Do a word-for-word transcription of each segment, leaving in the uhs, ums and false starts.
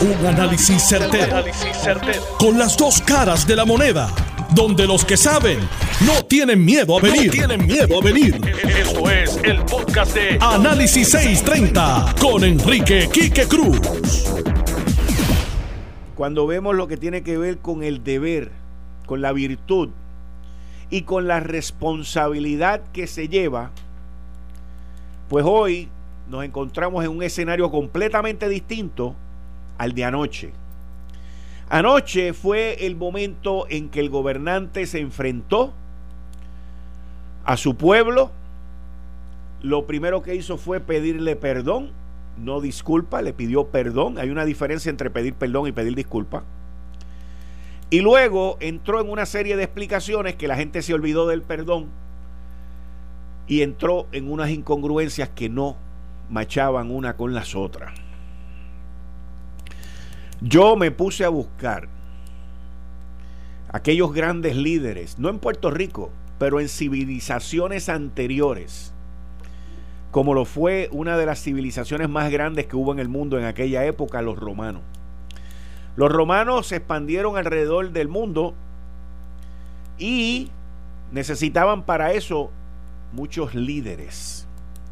Un análisis certero, con las dos caras de la moneda, donde los que saben no tienen miedo a venir. No tienen miedo a venir. Esto es el podcast de Análisis seiscientos treinta con Enrique Quique Cruz. Cuando vemos lo que tiene que ver con el deber, con la virtud y con la responsabilidad que se lleva, pues hoy nos encontramos en un escenario completamente distinto al de anoche. Anoche fue el momento en que el gobernante se enfrentó a su pueblo. Lo primero que hizo fue pedirle perdón, no disculpa, le pidió perdón. Hay una diferencia entre pedir perdón y pedir disculpa. Y luego entró en una serie de explicaciones que la gente se olvidó del perdón y entró en unas incongruencias que no machaban una con las otras. Yo me puse a buscar aquellos grandes líderes, no en Puerto Rico, pero en civilizaciones anteriores, como lo fue una de las civilizaciones más grandes que hubo en el mundo en aquella época, los romanos. Los romanos se expandieron alrededor del mundo y necesitaban para eso muchos líderes.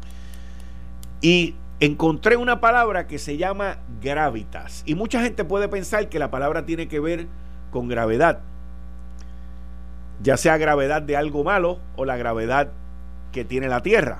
Y encontré una palabra que se llama gravitas. Y mucha gente puede pensar que la palabra tiene que ver con gravedad, ya sea gravedad de algo malo o la gravedad que tiene la Tierra.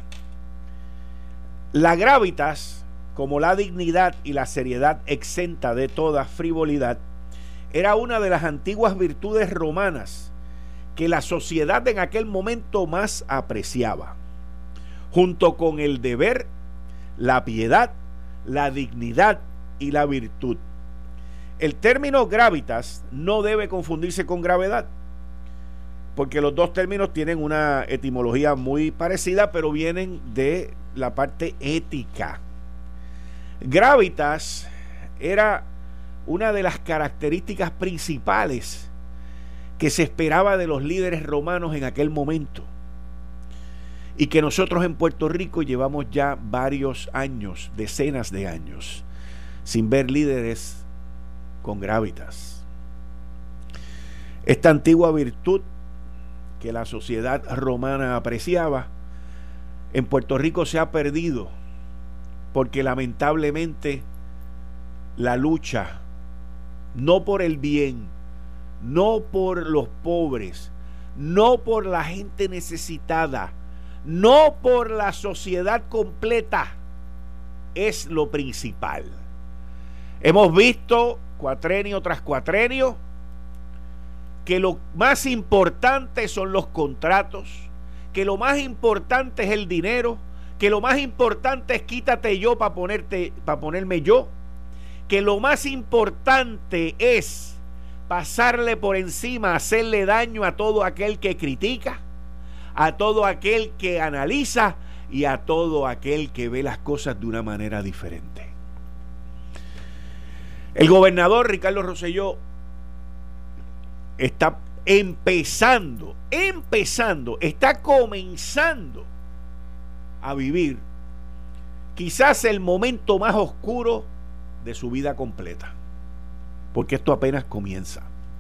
La gravitas, como la dignidad y la seriedad exenta de toda frivolidad, era una de las antiguas virtudes romanas que la sociedad en aquel momento más apreciaba, junto con el deber, la piedad, la dignidad y la virtud. El término gravitas no debe confundirse con gravedad, porque los dos términos tienen una etimología muy parecida, pero vienen de la parte ética. Gravitas era una de las características principales que se esperaba de los líderes romanos en aquel momento, y que nosotros en Puerto Rico llevamos ya varios años, decenas de años, sin ver líderes con gravitas. Esta antigua virtud que la sociedad romana apreciaba, en Puerto Rico se ha perdido, porque lamentablemente la lucha, no por el bien, no por los pobres, no por la gente necesitada, no por la sociedad completa, es lo principal. Hemos visto cuatrenio tras cuatrenio que lo más importante son los contratos, que lo más importante es el dinero, que lo más importante es quítate yo para ponerte, para ponerme yo, que lo más importante es pasarle por encima, hacerle daño a todo aquel que critica, a todo aquel que analiza y a todo aquel que ve las cosas de una manera diferente. El gobernador Ricardo Rosselló está empezando, empezando, está comenzando a vivir quizás el momento más oscuro de su vida completa, porque esto apenas comienza.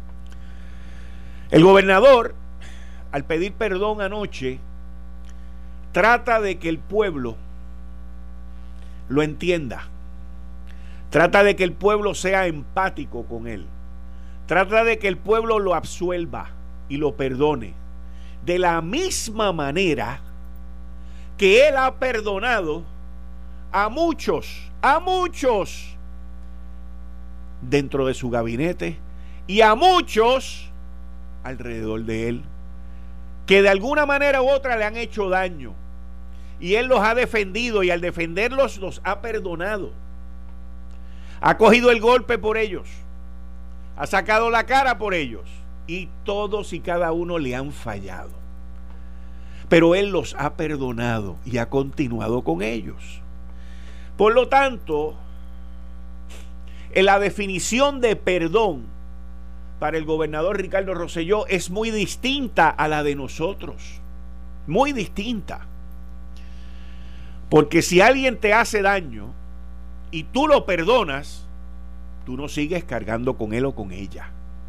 El gobernador, al pedir perdón anoche, trata de que el pueblo lo entienda, trata de que el pueblo sea empático con él, trata de que el pueblo lo absuelva y lo perdone, de la misma manera que él ha perdonado a muchos, a muchos dentro de su gabinete y a muchos alrededor de él, que de alguna manera u otra le han hecho daño, y él los ha defendido, y al defenderlos los ha perdonado, ha cogido el golpe por ellos, ha sacado la cara por ellos, y todos y cada uno le han fallado, pero él los ha perdonado y ha continuado con ellos. Por lo tanto, en la definición de perdón para el gobernador Ricardo Rosselló es muy distinta a la de nosotros, muy distinta, porque si alguien te hace daño y tú lo perdonas, tú no sigues cargando con él o con ella.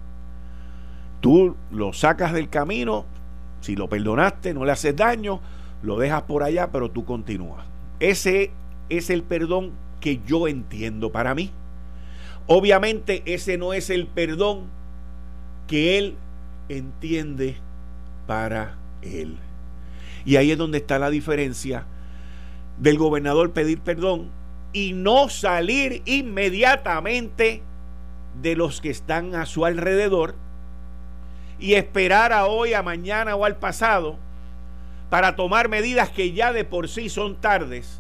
Tú lo sacas del camino, si lo perdonaste, no le haces daño, lo dejas por allá, pero tú continúas. Ese es el perdón que yo entiendo para mí. Obviamente ese no es el perdón que él entiende para él. Y ahí es donde está la diferencia del gobernador pedir perdón y no salir inmediatamente de los que están a su alrededor y esperar a hoy, a mañana o al pasado para tomar medidas que ya de por sí son tardes,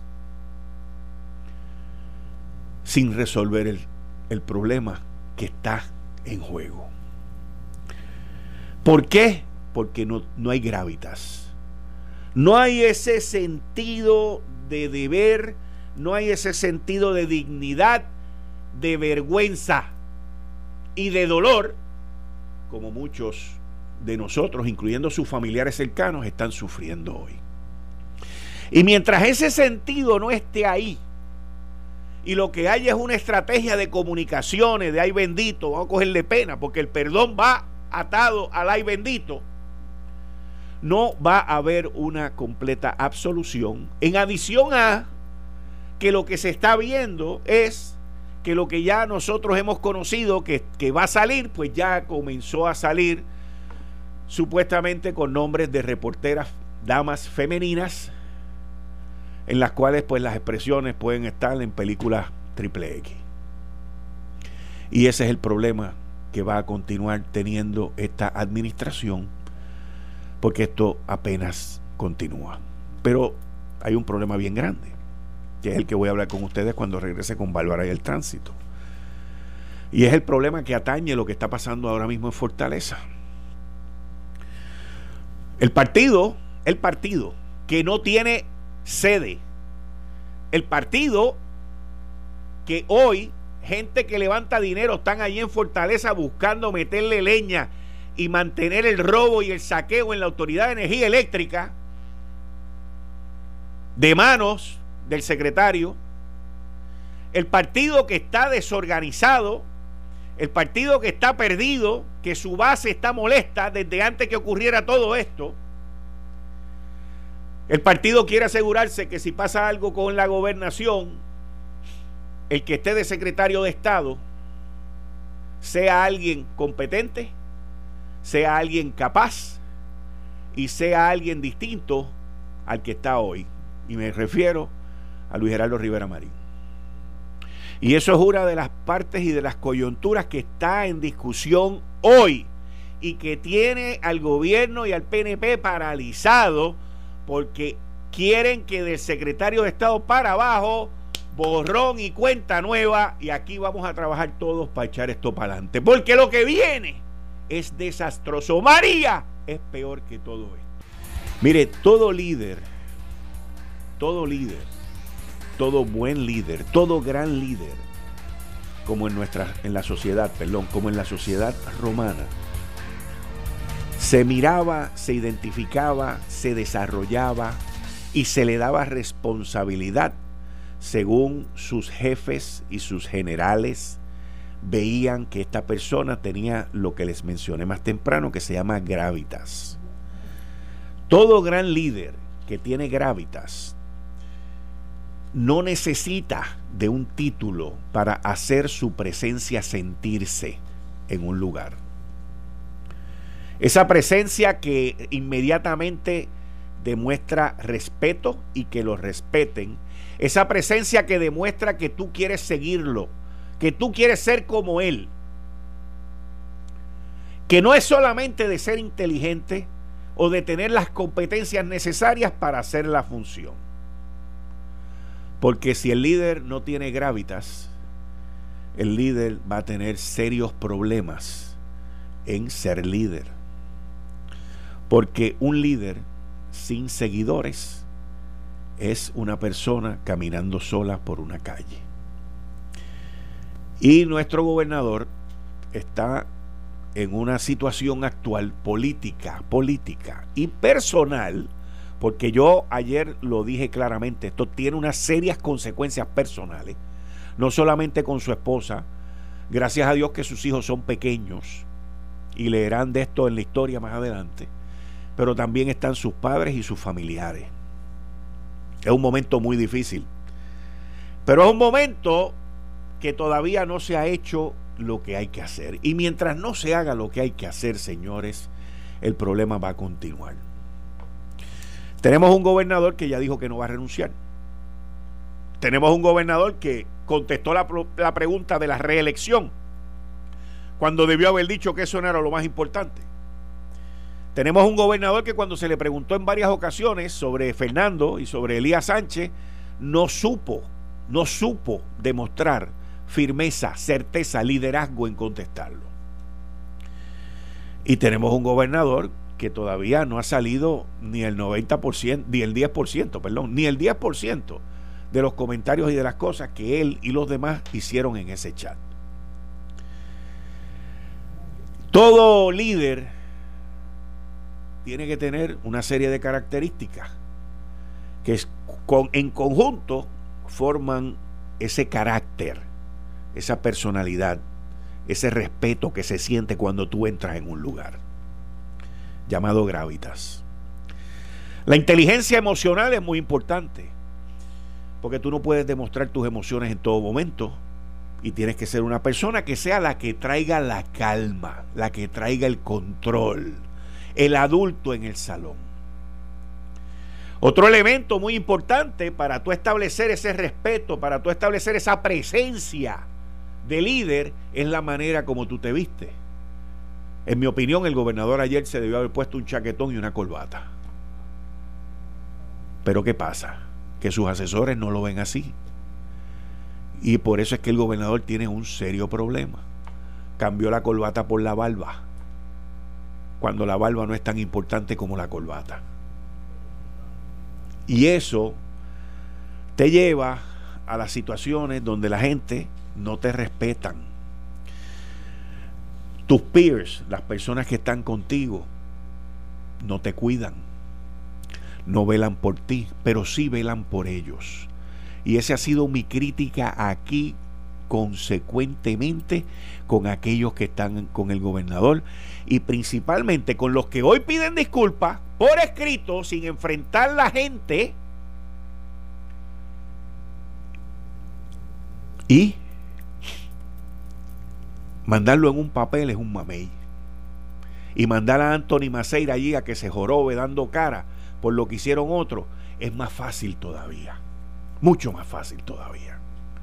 sin resolver el, el problema que está en juego. ¿Por qué? Porque no, no hay gravitas. No hay ese sentido de deber, no hay ese sentido de dignidad, de vergüenza y de dolor, como muchos de nosotros, incluyendo sus familiares cercanos, están sufriendo hoy. Y mientras ese sentido no esté ahí, y lo que hay es una estrategia de comunicaciones, de ay bendito, vamos a cogerle pena, porque el perdón va atado al ay bendito, no va a haber una completa absolución. En adición a que lo que se está viendo es que lo que ya nosotros hemos conocido que, que va a salir, pues ya comenzó a salir supuestamente con nombres de reporteras, damas femeninas, en las cuales pues las expresiones pueden estar en películas triple X. Y ese es el problema que va a continuar teniendo esta administración, porque esto apenas continúa. Pero hay un problema bien grande, que es el que voy a hablar con ustedes cuando regrese con Bárbara y el tránsito. Y es el problema que atañe lo que está pasando ahora mismo en Fortaleza. El partido, el partido que no tiene sede, el partido que hoy gente que levanta dinero están allí en Fortaleza buscando meterle leña y mantener el robo y el saqueo en la Autoridad de Energía Eléctrica de manos del secretario, el partido que está desorganizado, el partido que está perdido, que su base está molesta desde antes que ocurriera todo esto. El partido quiere asegurarse que si pasa algo con la gobernación, el que esté de secretario de Estado sea alguien competente, sea alguien capaz y sea alguien distinto al que está hoy. Y me refiero a Luis Gerardo Rivera Marín. Y eso es una de las partes y de las coyunturas que está en discusión hoy y que tiene al gobierno y al P N P paralizado, porque quieren que del secretario de Estado para abajo, borrón y cuenta nueva, y aquí vamos a trabajar todos para echar esto para adelante, porque lo que viene es desastroso. María es peor que todo esto. Mire, todo líder, todo líder, todo buen líder, todo gran líder, como en nuestra, en la sociedad, perdón, como en la sociedad romana, se miraba, se identificaba, se desarrollaba y se le daba responsabilidad según sus jefes y sus generales veían que esta persona tenía lo que les mencioné más temprano, que se llama gravitas. Todo gran líder que tiene gravitas no necesita de un título para hacer su presencia sentirse en un lugar. Esa presencia que inmediatamente demuestra respeto y que lo respeten. Esa presencia que demuestra que tú quieres seguirlo, que tú quieres ser como él. Que no es solamente de ser inteligente o de tener las competencias necesarias para hacer la función. Porque si el líder no tiene gravitas, el líder va a tener serios problemas en ser líder. Porque un líder sin seguidores es una persona caminando sola por una calle. Y nuestro gobernador está en una situación actual política, política y personal, porque yo ayer lo dije claramente, esto tiene unas serias consecuencias personales, no solamente con su esposa, Gracias a Dios que sus hijos son pequeños y leerán de esto en la historia más adelante. Pero también están sus padres y sus familiares. Es un momento muy difícil. Pero es un momento que todavía no se ha hecho lo que hay que hacer. Y mientras no se haga lo que hay que hacer, señores, el problema va a continuar. Tenemos un gobernador que ya dijo que no va a renunciar. Tenemos un gobernador que contestó la, la pregunta de la reelección, cuando debió haber dicho que eso no era lo más importante. Tenemos un gobernador que cuando se le preguntó en varias ocasiones sobre Fernando y sobre Elías Sánchez, no supo, no supo demostrar firmeza, certeza, liderazgo en contestarlo. Y tenemos un gobernador que todavía no ha salido ni el noventa por ciento, ni el diez por ciento, perdón, ni el diez por ciento de los comentarios y de las cosas que él y los demás hicieron en ese chat. Todo líder tiene que tener una serie de características que es, con, en conjunto forman ese carácter, esa personalidad, ese respeto que se siente cuando tú entras en un lugar, llamado gravitas. La inteligencia emocional es muy importante, porque tú no puedes demostrar tus emociones en todo momento, y tienes que ser una persona que sea la que traiga la calma, la que traiga el control, el adulto en el salón. Otro elemento muy importante para tú establecer ese respeto, para tú establecer esa presencia de líder, es la manera como tú te vistes. En mi opinión, el gobernador ayer se debió haber puesto un chaquetón y una corbata. Pero ¿qué pasa? Que sus asesores no lo ven así. Y por eso es que el gobernador tiene un serio problema. Cambió la corbata por la barba, cuando la barba no es tan importante como la corbata. Y eso te lleva a las situaciones donde la gente no te respetan. Tus peers, las personas que están contigo, no te cuidan, no velan por ti, pero sí velan por ellos. Y esa ha sido mi crítica aquí consecuentemente con aquellos que están con el gobernador, y principalmente con los que hoy piden disculpas por escrito sin enfrentar a la gente y mandarlo en un papel es un mamey, y mandar a Anthony Maceira allí a que se jorobe dando cara por lo que hicieron otros es más fácil todavía, mucho más fácil todavía.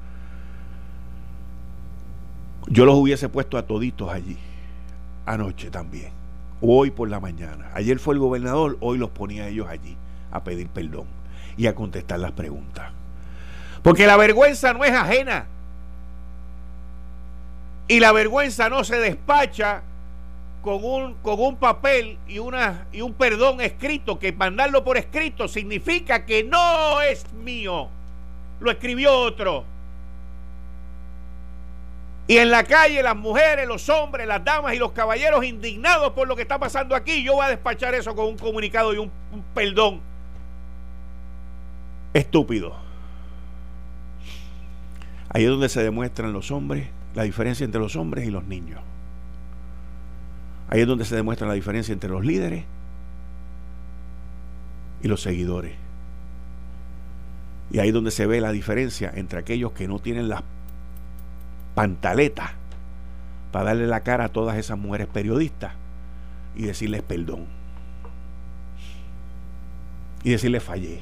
Yo los hubiese puesto a toditos allí anoche también, hoy por la mañana. Ayer fue el gobernador, hoy los ponía a ellos allí a pedir perdón y a contestar las preguntas, porque la vergüenza no es ajena, y la vergüenza no se despacha con un, con un papel y, una, y un perdón escrito, que mandarlo por escrito significa que no es mío, lo escribió otro. Y en la calle las mujeres, los hombres, las damas y los caballeros indignados por lo que está pasando aquí, yo voy a despachar eso con un comunicado y un, un perdón estúpido. Ahí es donde se demuestran los hombres, la diferencia entre los hombres y los niños. Ahí es donde se demuestra la diferencia entre los líderes y los seguidores. Y ahí es donde se ve la diferencia entre aquellos que no tienen las pantaletas para darle la cara a todas esas mujeres periodistas y decirles perdón y decirles fallé,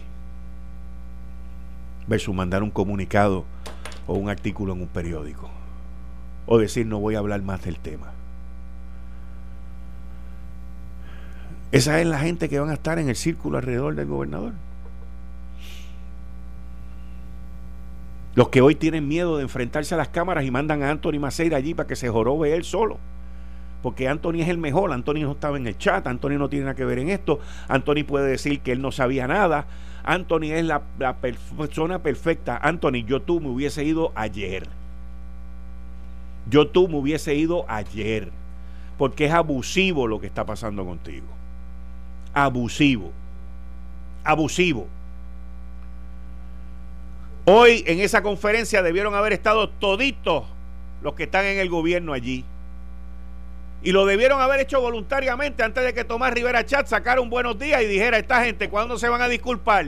versus mandar un comunicado o un artículo en un periódico o decir no voy a hablar más del tema. Esa es la gente que van a estar en el círculo alrededor del gobernador. Los que hoy tienen miedo de enfrentarse a las cámaras y mandan a Anthony Maceira allí para que se jorobe él solo, porque Anthony es el mejor. Anthony no estaba en el chat, Anthony no tiene nada que ver en esto, Anthony puede decir que él no sabía nada, Anthony es la, la persona perfecta. Anthony, yo tú me hubiese ido ayer, yo tú me hubiese ido ayer, porque es abusivo lo que está pasando contigo, abusivo, abusivo. Hoy en esa conferencia debieron haber estado toditos los que están en el gobierno allí. Y lo debieron haber hecho voluntariamente antes de que Tomás Rivera Chatz sacara un buenos días y dijera: esta gente, ¿cuándo se van a disculpar?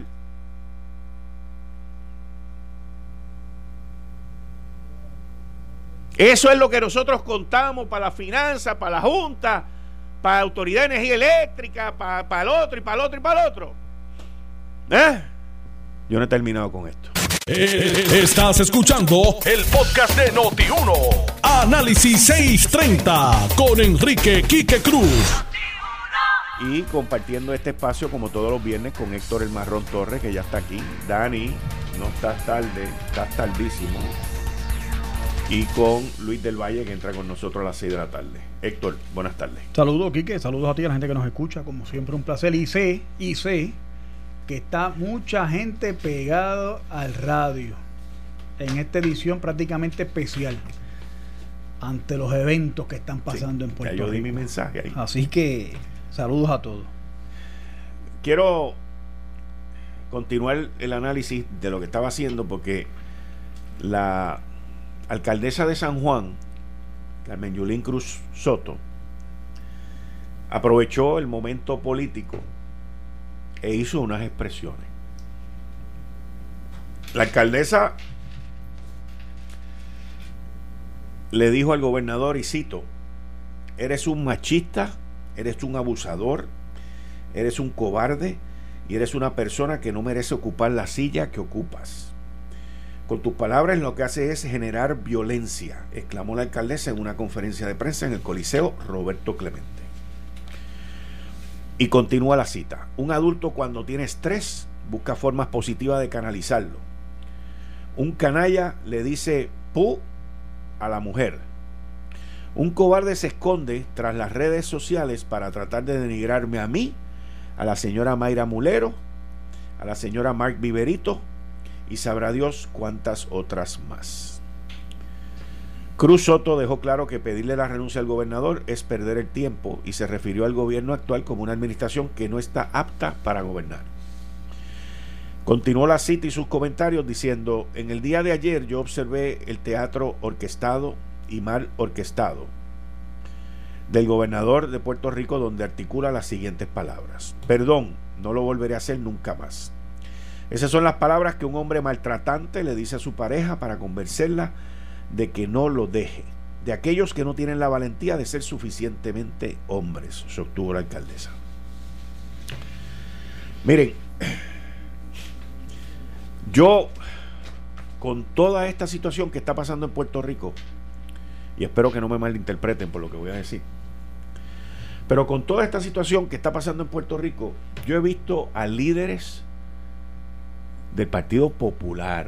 Eso es lo que nosotros contamos para la finanza, para la Junta, para la Autoridad de Energía Eléctrica, para, para el otro y para el otro y para el otro. ¿Eh? Yo no he terminado con esto. Estás escuchando el podcast de Noti uno. Análisis seiscientos treinta con Enrique Quique Cruz. Y compartiendo este espacio como todos los viernes con Héctor El Marrón Torres, que ya está aquí. Dani, no estás tarde, estás tardísimo. Y con Luis del Valle, que entra con nosotros a las seis de la tarde. Héctor, buenas tardes. Saludos, Quique, saludos a ti, a la gente que nos escucha, como siempre un placer. Y sé, y sé que está mucha gente pegado al radio en esta edición prácticamente especial ante los eventos que están pasando, sí, en Puerto ya yo Rico. Di mi mensaje ahí. Así que saludos a todos. Quiero continuar el análisis de lo que estaba haciendo, porque la alcaldesa de San Juan, Carmen Yulín Cruz Soto, aprovechó el momento político e hizo unas expresiones. La alcaldesa le dijo al gobernador, y cito: eres un machista, eres un abusador, eres un cobarde y eres una persona que no merece ocupar la silla que ocupas. Con tus palabras lo que hace es generar violencia, exclamó la alcaldesa en una conferencia de prensa en el Coliseo Roberto Clemente. Y continúa la cita: un adulto cuando tiene estrés busca formas positivas de canalizarlo. Un canalla le dice pu a la mujer. Un cobarde se esconde tras las redes sociales para tratar de denigrarme a mí, a la señora Mayra Mulero, a la señora Mark Viverito y sabrá Dios cuántas otras más. Cruz Soto dejó claro que pedirle la renuncia al gobernador es perder el tiempo y se refirió al gobierno actual como una administración que no está apta para gobernar. Continuó la cita y sus comentarios diciendo: en el día de ayer yo observé el teatro orquestado y mal orquestado del gobernador de Puerto Rico, donde articula las siguientes palabras: perdón, no lo volveré a hacer nunca más. Esas son las palabras que un hombre maltratante le dice a su pareja para convencerla de que no lo deje, de aquellos que no tienen la valentía de ser suficientemente hombres, sostuvo la alcaldesa. Miren, yo, con toda esta situación que está pasando en Puerto Rico, y espero que no me malinterpreten por lo que voy a decir, pero con toda esta situación que está pasando en Puerto Rico, yo he visto a líderes del Partido Popular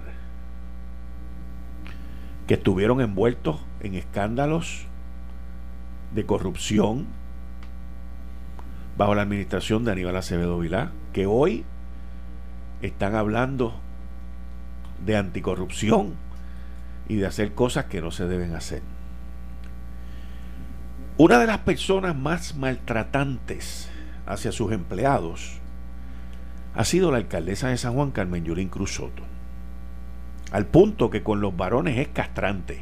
que estuvieron envueltos en escándalos de corrupción bajo la administración de Aníbal Acevedo Vilá, que hoy están hablando de anticorrupción y de hacer cosas que no se deben hacer. Una de las personas más maltratantes hacia sus empleados ha sido la alcaldesa de San Juan, Carmen Yulín Cruz Soto, al punto que con los varones es castrante.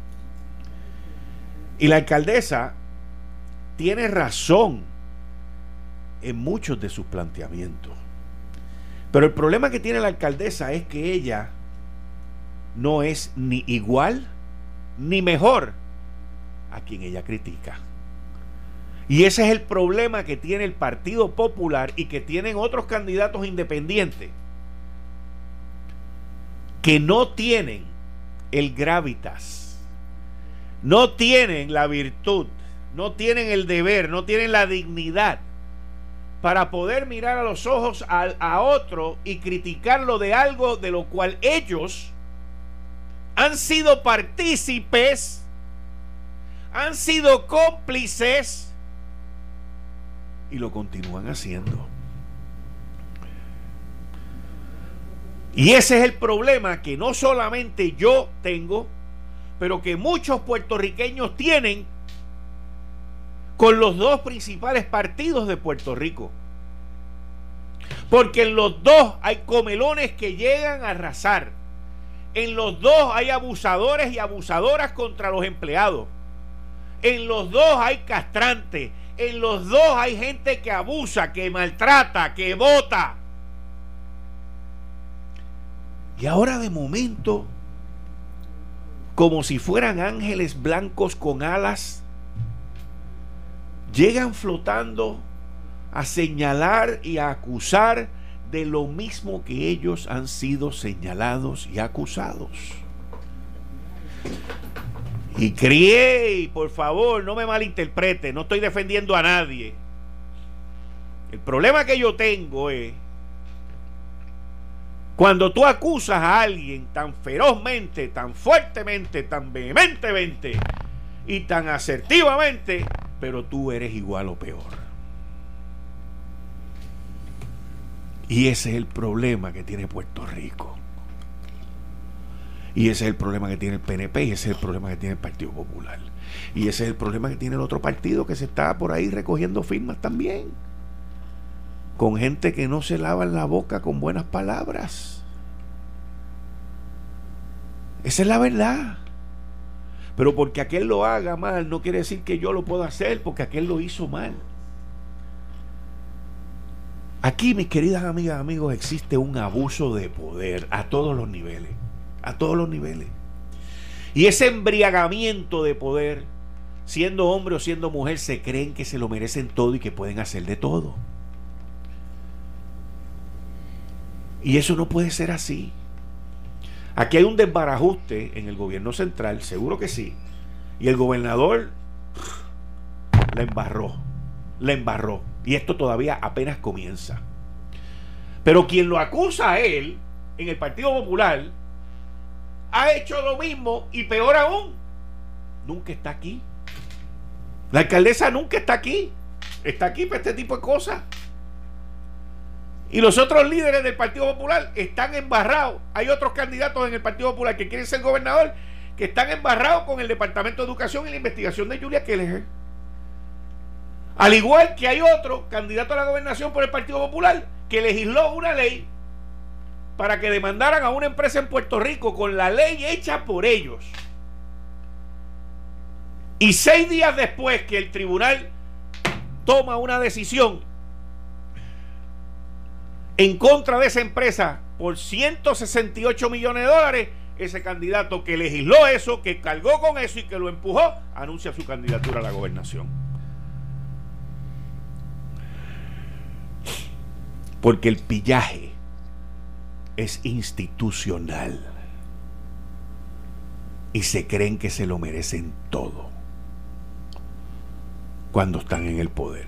Y la alcaldesa tiene razón en muchos de sus planteamientos, pero el problema que tiene la alcaldesa es que ella no es ni igual ni mejor a quien ella critica. Y ese es el problema que tiene el Partido Popular y que tienen otros candidatos independientes, que no tienen el gravitas, no tienen la virtud, no tienen el deber, no tienen la dignidad para poder mirar a los ojos a, a otro y criticarlo de algo de lo cual ellos han sido partícipes, han sido cómplices y lo continúan haciendo. Y ese es el problema que no solamente yo tengo, pero que muchos puertorriqueños tienen con los dos principales partidos de Puerto Rico. Porque en los dos hay comelones que llegan a arrasar. En los dos hay abusadores y abusadoras contra los empleados. En los dos hay castrantes. En los dos hay gente que abusa, que maltrata, que bota. Y ahora de momento, como si fueran ángeles blancos con alas, llegan flotando a señalar y a acusar de lo mismo que ellos han sido señalados y acusados. Y crié, y por favor, no me malinterprete, no estoy defendiendo a nadie. El problema que yo tengo es cuando tú acusas a alguien tan ferozmente, tan fuertemente, tan vehementemente y tan asertivamente, pero tú eres igual o peor. Y ese es el problema que tiene Puerto Rico. Y ese es el problema que tiene el P N P, y ese es el problema que tiene el Partido Popular. Y ese es el problema que tiene el otro partido que se está por ahí recogiendo firmas también. Con gente que no se lavan la boca con buenas palabras. Esa es la verdad. Pero porque aquel lo haga mal no quiere decir que yo lo pueda hacer, porque aquel lo hizo mal. Aquí, mis queridas amigas, amigos, existe un abuso de poder a todos los niveles. A todos los niveles. Y ese embriagamiento de poder, siendo hombre o siendo mujer, se creen que se lo merecen todo y que pueden hacer de todo. Y eso no puede ser así. Aquí hay un desbarajuste en el gobierno central, seguro que sí. Y el gobernador la embarró. La embarró. Y esto todavía apenas comienza. Pero quien lo acusa a él, en el Partido Popular, ha hecho lo mismo y peor aún. Nunca está aquí. La alcaldesa nunca está aquí. Está aquí para este tipo de cosas. Y los otros líderes del Partido Popular están embarrados. Hay otros candidatos en el Partido Popular que quieren ser gobernador que están embarrados con el Departamento de Educación y la investigación de Julia Kelleher. Al igual que hay otro candidato a la gobernación por el Partido Popular que legisló una ley para que demandaran a una empresa en Puerto Rico con la ley hecha por ellos. Y seis días después que el tribunal toma una decisión en contra de esa empresa por ciento sesenta y ocho millones de dólares, ese candidato que legisló eso, que cargó con eso y que lo empujó, anuncia su candidatura a la gobernación. Porque el pillaje es institucional y se creen que se lo merecen todo cuando están en el poder.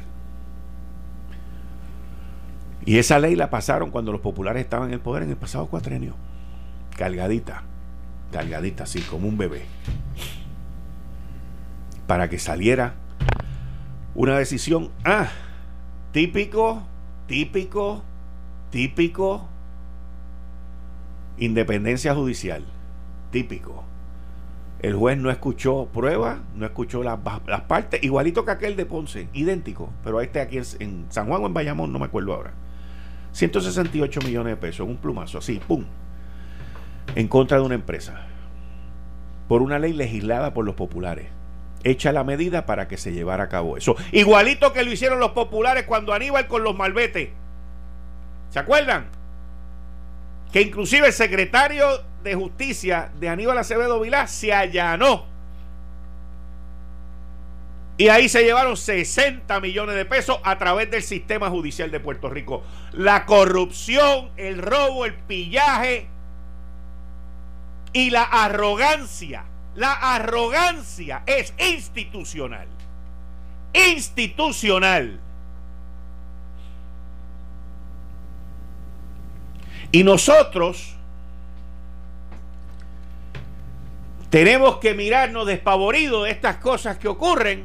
Y esa ley la pasaron cuando los populares estaban en el poder en el pasado cuatrenio, cargadita, cargadita así como un bebé, para que saliera una decisión ah, típico típico típico independencia judicial, típico. El juez no escuchó pruebas, no escuchó las, las partes, igualito que aquel de Ponce, idéntico, pero este aquí en, en San Juan o en Bayamón, no me acuerdo ahora. ciento sesenta y ocho millones de pesos, un plumazo, así, pum, en contra de una empresa, por una ley legislada por los populares, hecha la medida para que se llevara a cabo eso. Igualito que lo hicieron los populares cuando Aníbal con los malbetes. ¿Se acuerdan? Que inclusive el secretario de Justicia de Aníbal Acevedo Vilá se allanó. Y ahí se llevaron sesenta millones de pesos a través del sistema judicial de Puerto Rico. La corrupción, el robo, el pillaje y la arrogancia. La arrogancia es institucional. Institucional. Y nosotros tenemos que mirarnos despavoridos de estas cosas que ocurren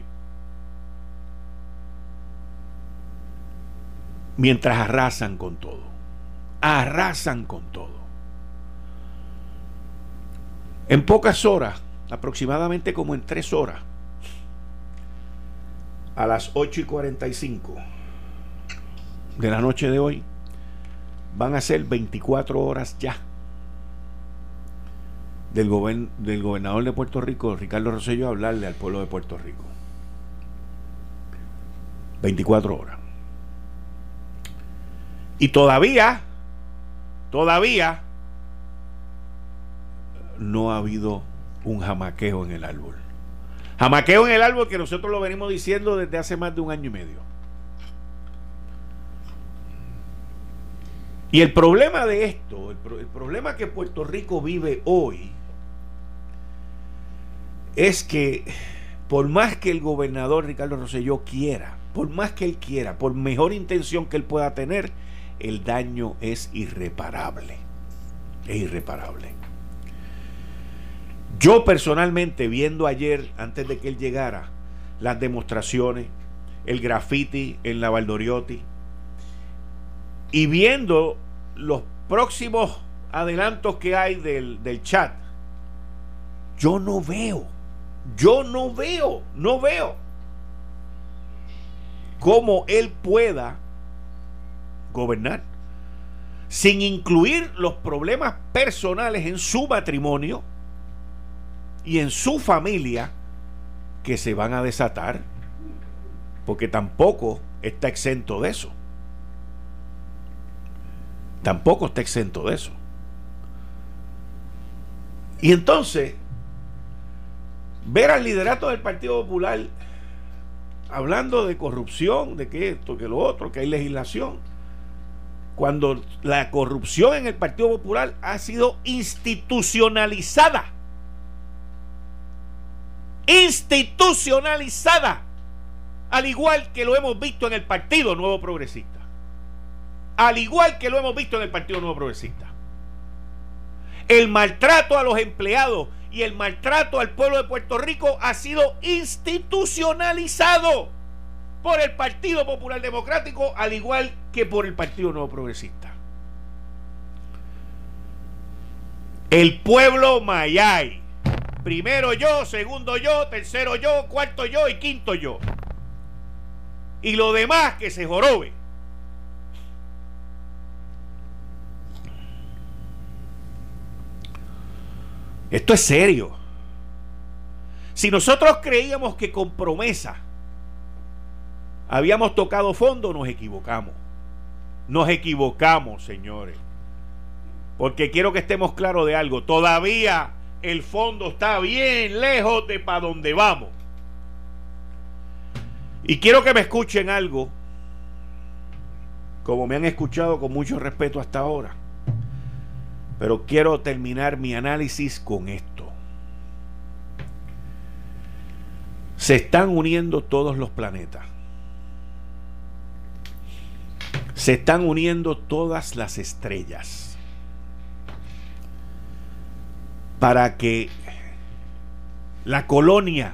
mientras arrasan con todo. Arrasan con todo. En pocas horas, aproximadamente como en tres horas, a las ocho y cuarenta y cinco de la noche de hoy, van a ser veinticuatro horas ya del, gobern, del gobernador de Puerto Rico, Ricardo Rosselló, a hablarle al pueblo de Puerto Rico. veinticuatro horas. Y todavía, todavía no ha habido un jamaqueo en el árbol. Jamaqueo en el árbol que nosotros lo venimos diciendo desde hace más de un año y medio. Y el problema de esto, el, pro, el problema que Puerto Rico vive hoy, es que por más que el gobernador Ricardo Rosselló quiera, por más que él quiera, por mejor intención que él pueda tener, el daño es irreparable. Es irreparable. Yo personalmente, viendo ayer, antes de que él llegara, las demostraciones, el graffiti en la Valdoriotti, y viendo los próximos adelantos que hay del, del chat, yo no veo, yo no veo, no veo cómo él pueda gobernar sin incluir los problemas personales en su matrimonio y en su familia que se van a desatar, porque tampoco está exento de eso. Tampoco está exento de eso. Y entonces, ver al liderato del Partido Popular hablando de corrupción, de que esto, que lo otro, que hay legislación, cuando la corrupción en el Partido Popular ha sido institucionalizada. Institucionalizada. Al igual que lo hemos visto en el Partido Nuevo Progresista. Al igual que lo hemos visto en el Partido Nuevo Progresista. El maltrato a los empleados y el maltrato al pueblo de Puerto Rico ha sido institucionalizado por el Partido Popular Democrático, al igual que por el Partido Nuevo Progresista. El pueblo mayay. Primero yo, segundo yo, tercero yo, cuarto yo y quinto yo. Y lo demás que se jorobe. Esto es serio. Si nosotros creíamos que con promesa habíamos tocado fondo, nos equivocamos. Nos equivocamos, señores. Porque quiero que estemos claros de algo. Todavía el fondo está bien lejos de para donde vamos. Y quiero que me escuchen algo, como me han escuchado con mucho respeto hasta ahora. Pero quiero terminar mi análisis con esto. Se están uniendo todos los planetas. Se están uniendo todas las estrellas para que la colonia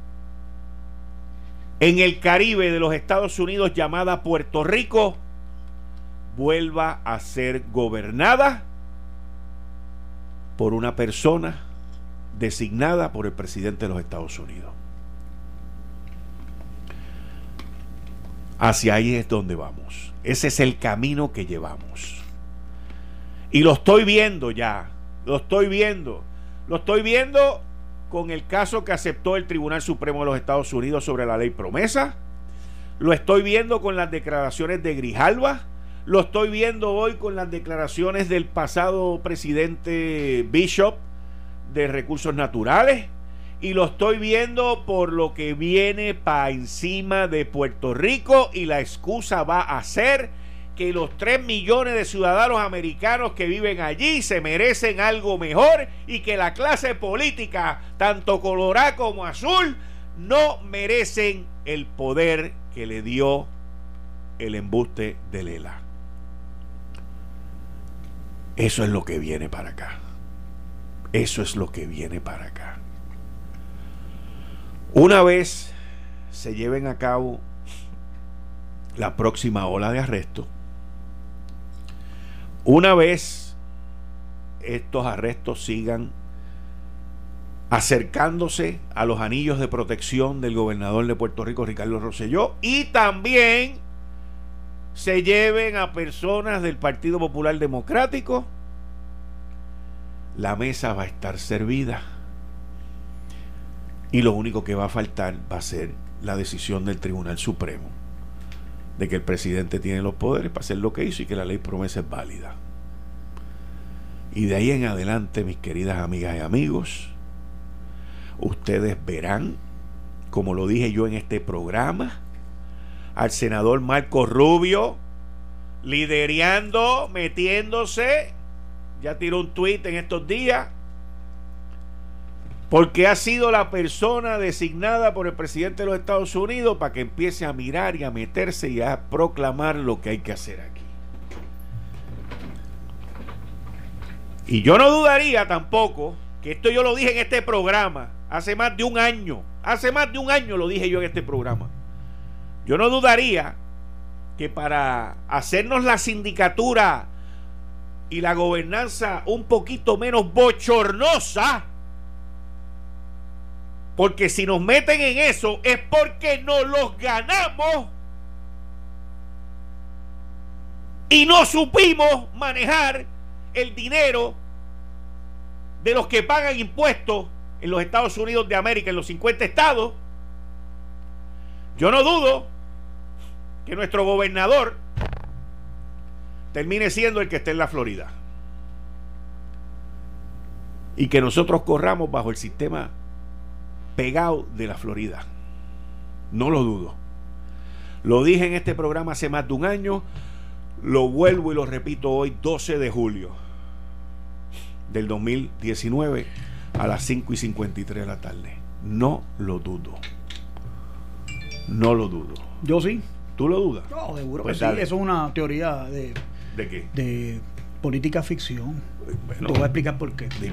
en el Caribe de los Estados Unidos llamada Puerto Rico vuelva a ser gobernada por una persona designada por el presidente de los Estados Unidos. Hacia ahí es donde vamos. Ese es el camino que llevamos. Y lo estoy viendo ya. Lo estoy viendo. Lo estoy viendo con el caso que aceptó el Tribunal Supremo de los Estados Unidos sobre la ley promesa. Lo estoy viendo con las declaraciones de Grijalva. Lo estoy viendo hoy con las declaraciones del pasado presidente Bishop de Recursos Naturales. Y lo estoy viendo por lo que viene para encima de Puerto Rico. Y la excusa va a ser que los tres millones de ciudadanos americanos que viven allí se merecen algo mejor. Y que la clase política, tanto colorada como azul, no merecen el poder que le dio el embuste de Lela. Eso es lo que viene para acá. Eso es lo que viene para acá. Una vez se lleven a cabo la próxima ola de arresto, una vez estos arrestos sigan acercándose a los anillos de protección del gobernador de Puerto Rico, Ricardo Rosselló, y también se lleven a personas del Partido Popular Democrático, la mesa va a estar servida y lo único que va a faltar va a ser la decisión del Tribunal Supremo de que el presidente tiene los poderes para hacer lo que hizo y que la ley promesa es válida. Y de ahí en adelante, mis queridas amigas y amigos, ustedes verán, como lo dije yo en este programa, al senador Marco Rubio liderando, metiéndose, ya tiró un tuit en estos días, porque ha sido la persona designada por el presidente de los Estados Unidos para que empiece a mirar y a meterse y a proclamar lo que hay que hacer aquí. Y yo no dudaría tampoco, que esto yo lo dije en este programa hace más de un año, hace más de un año lo dije yo en este programa. Yo no dudaría que para hacernos la sindicatura y la gobernanza un poquito menos bochornosa, porque si nos meten en eso es porque no los ganamos y no supimos manejar el dinero de los que pagan impuestos en los Estados Unidos de América, en los cincuenta estados. Yo no dudo que nuestro gobernador termine siendo el que esté en la Florida y que nosotros corramos bajo el sistema pegado de la Florida. No lo dudo. Lo dije en este programa hace más de un año, lo vuelvo y lo repito hoy, doce de julio del dos mil diecinueve a las cinco y cincuenta y tres de la tarde. No lo dudo. No lo dudo. Yo sí. ¿Tú lo dudas? No, seguro pues que dale. sí. Eso es una teoría de... ¿De qué? De política ficción. Bueno, te voy a explicar por qué. Dime.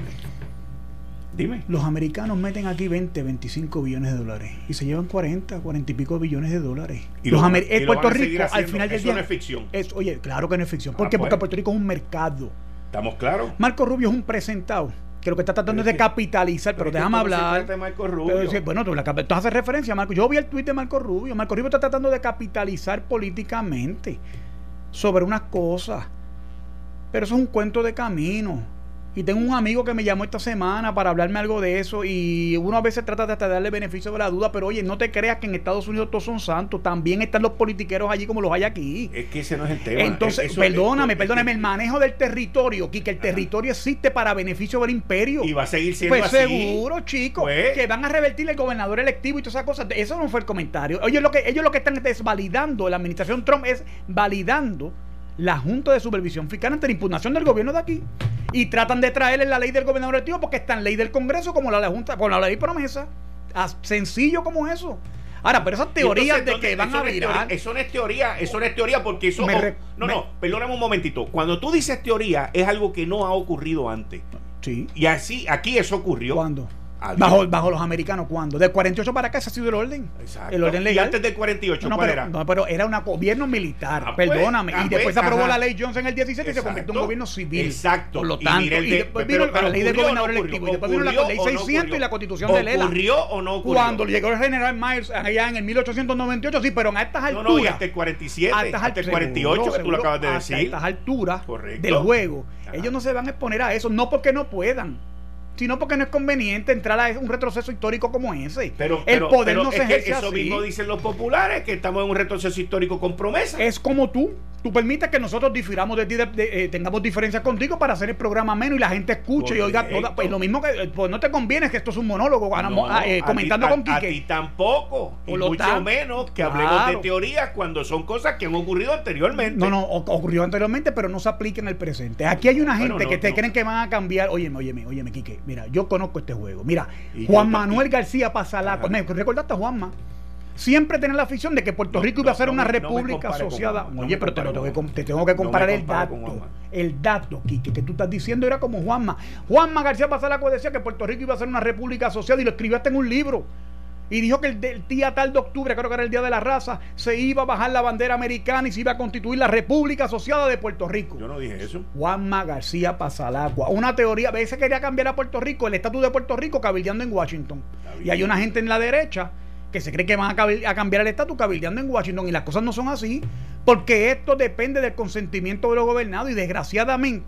Dime. Los americanos meten aquí veinte, veinticinco billones de dólares y se llevan cuarenta, cuarenta y pico billones de dólares. Y los lo, amer- y Puerto lo Rico, haciendo, al final del eso día. No es ficción. Es, oye, claro que no es ficción. Ah, ¿Por qué? pues. Porque Puerto Rico es un mercado. ¿Estamos claros? Marco Rubio es un presentado que lo que está tratando pero es de capitalizar, pero, pero déjame hablar. De Marco Rubio. Pero, sí, bueno, tú, la, tú haces referencia a Marco. Yo vi el tuit de Marco Rubio. Marco Rubio está tratando de capitalizar políticamente sobre unas cosas. Pero eso es un cuento de camino. Y tengo un amigo que me llamó esta semana para hablarme algo de eso, y uno a veces trata de hasta darle beneficio de la duda, pero oye, no te creas que en Estados Unidos todos son santos, también están los politiqueros allí como los hay aquí. Es que ese no es el tema. Entonces, eso, perdóname, eso, perdóname, es, el manejo del territorio, que el territorio existe para beneficio del imperio. Y va a seguir siendo pues así. Seguro, chicos, pues, que van a revertir el gobernador electivo y todas esas cosas. Eso no fue el comentario. Oye, lo que, ellos lo que están desvalidando, la administración Trump es validando la Junta de Supervisión Fiscal ante la impugnación del gobierno de aquí, y tratan de traerle la ley del gobernador electivo porque está en ley del Congreso como la, la Junta, con la ley promesa. As, sencillo como eso. Ahora, pero esas teorías entonces, de que van a virar, eso no es teoría, eso no es teoría porque eso re, no, me, no, perdóname un momentito. Cuando tú dices teoría es algo que no ha ocurrido antes. Sí. Y así aquí eso ocurrió. ¿Cuándo? Bajo, bajo los americanos, ¿cuándo? Del cuarenta y ocho para acá ese ha sido el orden. Exacto. El orden legal. Y antes del cuarenta y ocho, no, ¿cuál pero, era? No, pero era un gobierno militar, ah, pues, perdóname. Ah, y después pues, se aprobó ajá. la ley Johnson en el diecisiete. Exacto. Y se convirtió en un gobierno civil. Exacto. Por lo tanto, y, de, y después vino la ley del gobernador no electivo. Y después vino la ley seiscientos no y la constitución de Lela. ¿Ocurrió o no ocurrió? Cuando llegó el general Myers allá en el mil ochocientos noventa y ocho, sí, pero a estas alturas. No, no, y hasta el cuarenta y siete, hasta, hasta el cuarenta y ocho, seguro, que tú lo acabas de decir. A estas alturas Correcto. Del juego, ajá, ellos no se van a exponer a eso, no porque no puedan, sino porque no es conveniente entrar a un retroceso histórico como ese. Pero, el pero, poder pero no es se ejerce que eso así. mismo dicen los populares, que estamos en un retroceso histórico con promesa. Es como tú. Tú permites que nosotros difiramos de ti, de, de, de, eh, tengamos diferencias contigo para hacer el programa menos y la gente escuche. Correcto. Y oiga toda. Pues lo mismo que pues no te conviene que esto es un monólogo, no, eh, comentando ti, con Quique. A ti tampoco. Y mucho tanto, menos que hablemos claro. de teorías cuando son cosas que han ocurrido anteriormente. No, no, ocurrió anteriormente, pero no se aplica en el presente. Aquí hay una gente bueno, no, que te no. creen que van a cambiar. Óyeme, óyeme, óyeme, Quique. Mira, yo conozco este juego. Mira, Juan Manuel García Pasalaco. ¿Me recordaste a Juanma? Siempre tener la afición de que Puerto Rico no, iba a ser no, una no, república no asociada. Juanma, Oye, pero te, lo tengo que, te tengo que comparar el dato. El dato, Quique, que tú estás diciendo era como Juanma. Juanma García Pasalaco decía que Puerto Rico iba a ser una república asociada y lo escribió hasta en un libro. Y dijo que el, el día tal de octubre, creo que era el Día de la Raza, se iba a bajar la bandera americana y se iba a constituir la República Asociada de Puerto Rico. Yo no dije eso. Juanma García Pasalacua. Una teoría, a veces quería cambiar a Puerto Rico, el estatus de Puerto Rico, cabildeando en Washington. Y hay una gente en la derecha que se cree que van a, cabil- a cambiar el estatus cabildeando en Washington, y las cosas no son así, porque esto depende del consentimiento de los gobernados, y desgraciadamente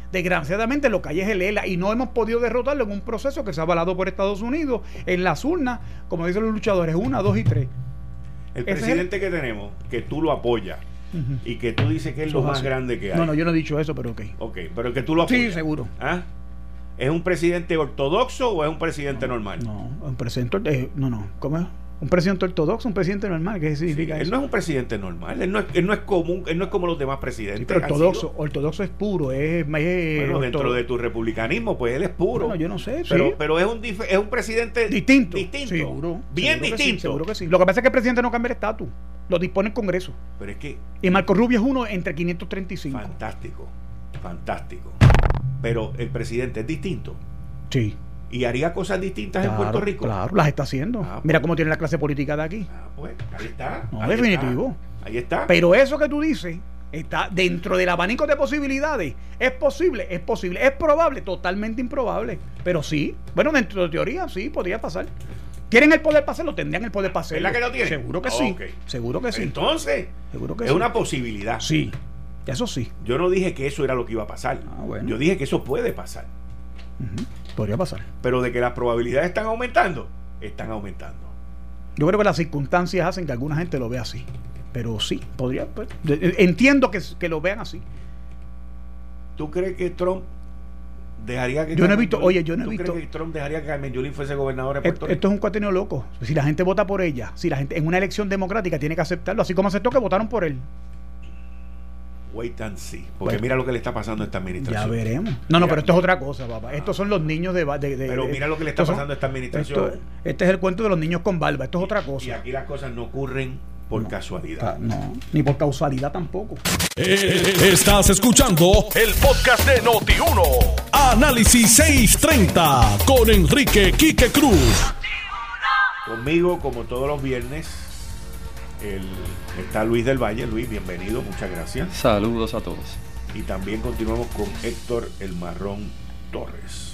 Desgraciadamente lo que hay es el E L A y no hemos podido derrotarlo en un proceso que se ha avalado por Estados Unidos en las urnas, como dicen los luchadores, una, dos y tres. El Ese presidente es el... que tenemos, que tú lo apoyas, uh-huh, y que tú dices que es lo más así. grande que hay. No, no, yo no he dicho eso, pero ok. Ok, pero que tú lo apoyas. Sí, seguro. ¿Ah? ¿Es un presidente ortodoxo o es un presidente no, normal? No, un presidente... Eh, no, no, ¿cómo es? Un presidente ortodoxo, un presidente normal, ¿qué significa sí, eso? Él no es un presidente normal, él no es, él no es común, él no es como los demás presidentes. Sí, pero ortodoxo, ortodoxo es puro, es, es bueno, ortodoxo. Dentro de tu republicanismo, pues él es puro. Bueno, yo no sé, pero, sí. pero es un dif- es un presidente distinto. Distinto. Seguro. Bien seguro distinto. Sí, seguro que sí. Lo que pasa es que el presidente no cambia el estatus, lo dispone el Congreso. Pero es que. Y Marco Rubio es uno entre quinientos treinta y cinco. Fantástico, fantástico. Pero el presidente es distinto. Sí. Y haría cosas distintas claro, en Puerto Rico. Claro, las está haciendo. Ah, Mira pues, cómo tiene la clase política de aquí. Ah, pues, ahí está. No, ahí definitivo. Está, ahí está. Pero eso que tú dices está dentro del abanico de posibilidades. ¿Es posible? Es posible. ¿Es probable? Totalmente improbable. Pero sí. Bueno, dentro de teoría, sí, podría pasar. ¿Tienen el poder para hacerlo? Tendrían el poder para hacerlo. ¿Es la que lo tienen? Seguro que okay. sí. Seguro que sí. Entonces, seguro que es sí. una posibilidad. Sí. Eso sí. Yo no dije que eso era lo que iba a pasar. Ah, bueno. Yo dije que eso puede pasar. Uh-huh. Podría pasar. Pero de que las probabilidades están aumentando, están aumentando. Yo creo que las circunstancias hacen que alguna gente lo vea así. Pero sí, podría. Pues, entiendo que, que lo vean así. ¿Tú crees que Trump dejaría que... Yo no he visto, oye, yo no he ¿tú visto... ¿Tú crees que Trump dejaría que Carmen Yulín fuese gobernadora de Puerto Rico? Esto es un cuatrienio loco. Si la gente vota por ella, si la gente en una elección democrática tiene que aceptarlo, así como aceptó que votaron por él. Wait and see. Porque bueno, mira lo que le está pasando a esta administración. Ya veremos. No, no, mira, pero esto es otra cosa, papá. Estos son los niños de... de, de pero mira lo que le está pasando son, a esta administración. Esto, este es el cuento de los niños con barba. Esto es otra cosa. Y aquí las cosas no ocurren por no, casualidad. No, ni por causalidad tampoco. Eh, estás escuchando el podcast de Noti uno. Análisis seiscientos treinta con Enrique Quique Cruz. Conmigo, como todos los viernes, el, está Luis del Valle. Luis, bienvenido, muchas gracias. Saludos a todos. Y también continuamos con Héctor El Marrón Torres.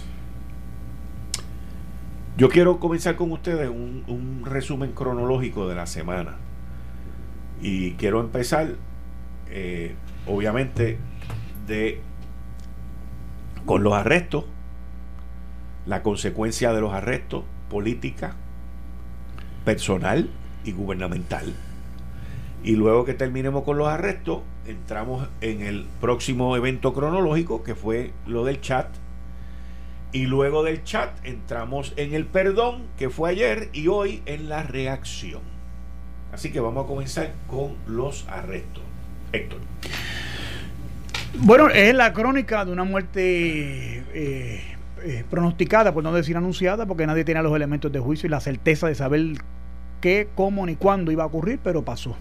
Yo quiero comenzar con ustedes un, un resumen cronológico de la semana. Y quiero empezar, eh, obviamente, de con los arrestos, la consecuencia de los arrestos, política, personal y gubernamental. Y luego que terminemos con los arrestos, entramos en el próximo evento cronológico, que fue lo del chat. Y luego del chat entramos en el perdón, que fue ayer, y hoy en la reacción. Así que vamos a comenzar con los arrestos. Héctor. Bueno, es la crónica de una muerte eh, eh, pronosticada, por no decir anunciada, porque nadie tenía los elementos de juicio y la certeza de saber qué, cómo ni cuándo iba a ocurrir, pero pasó.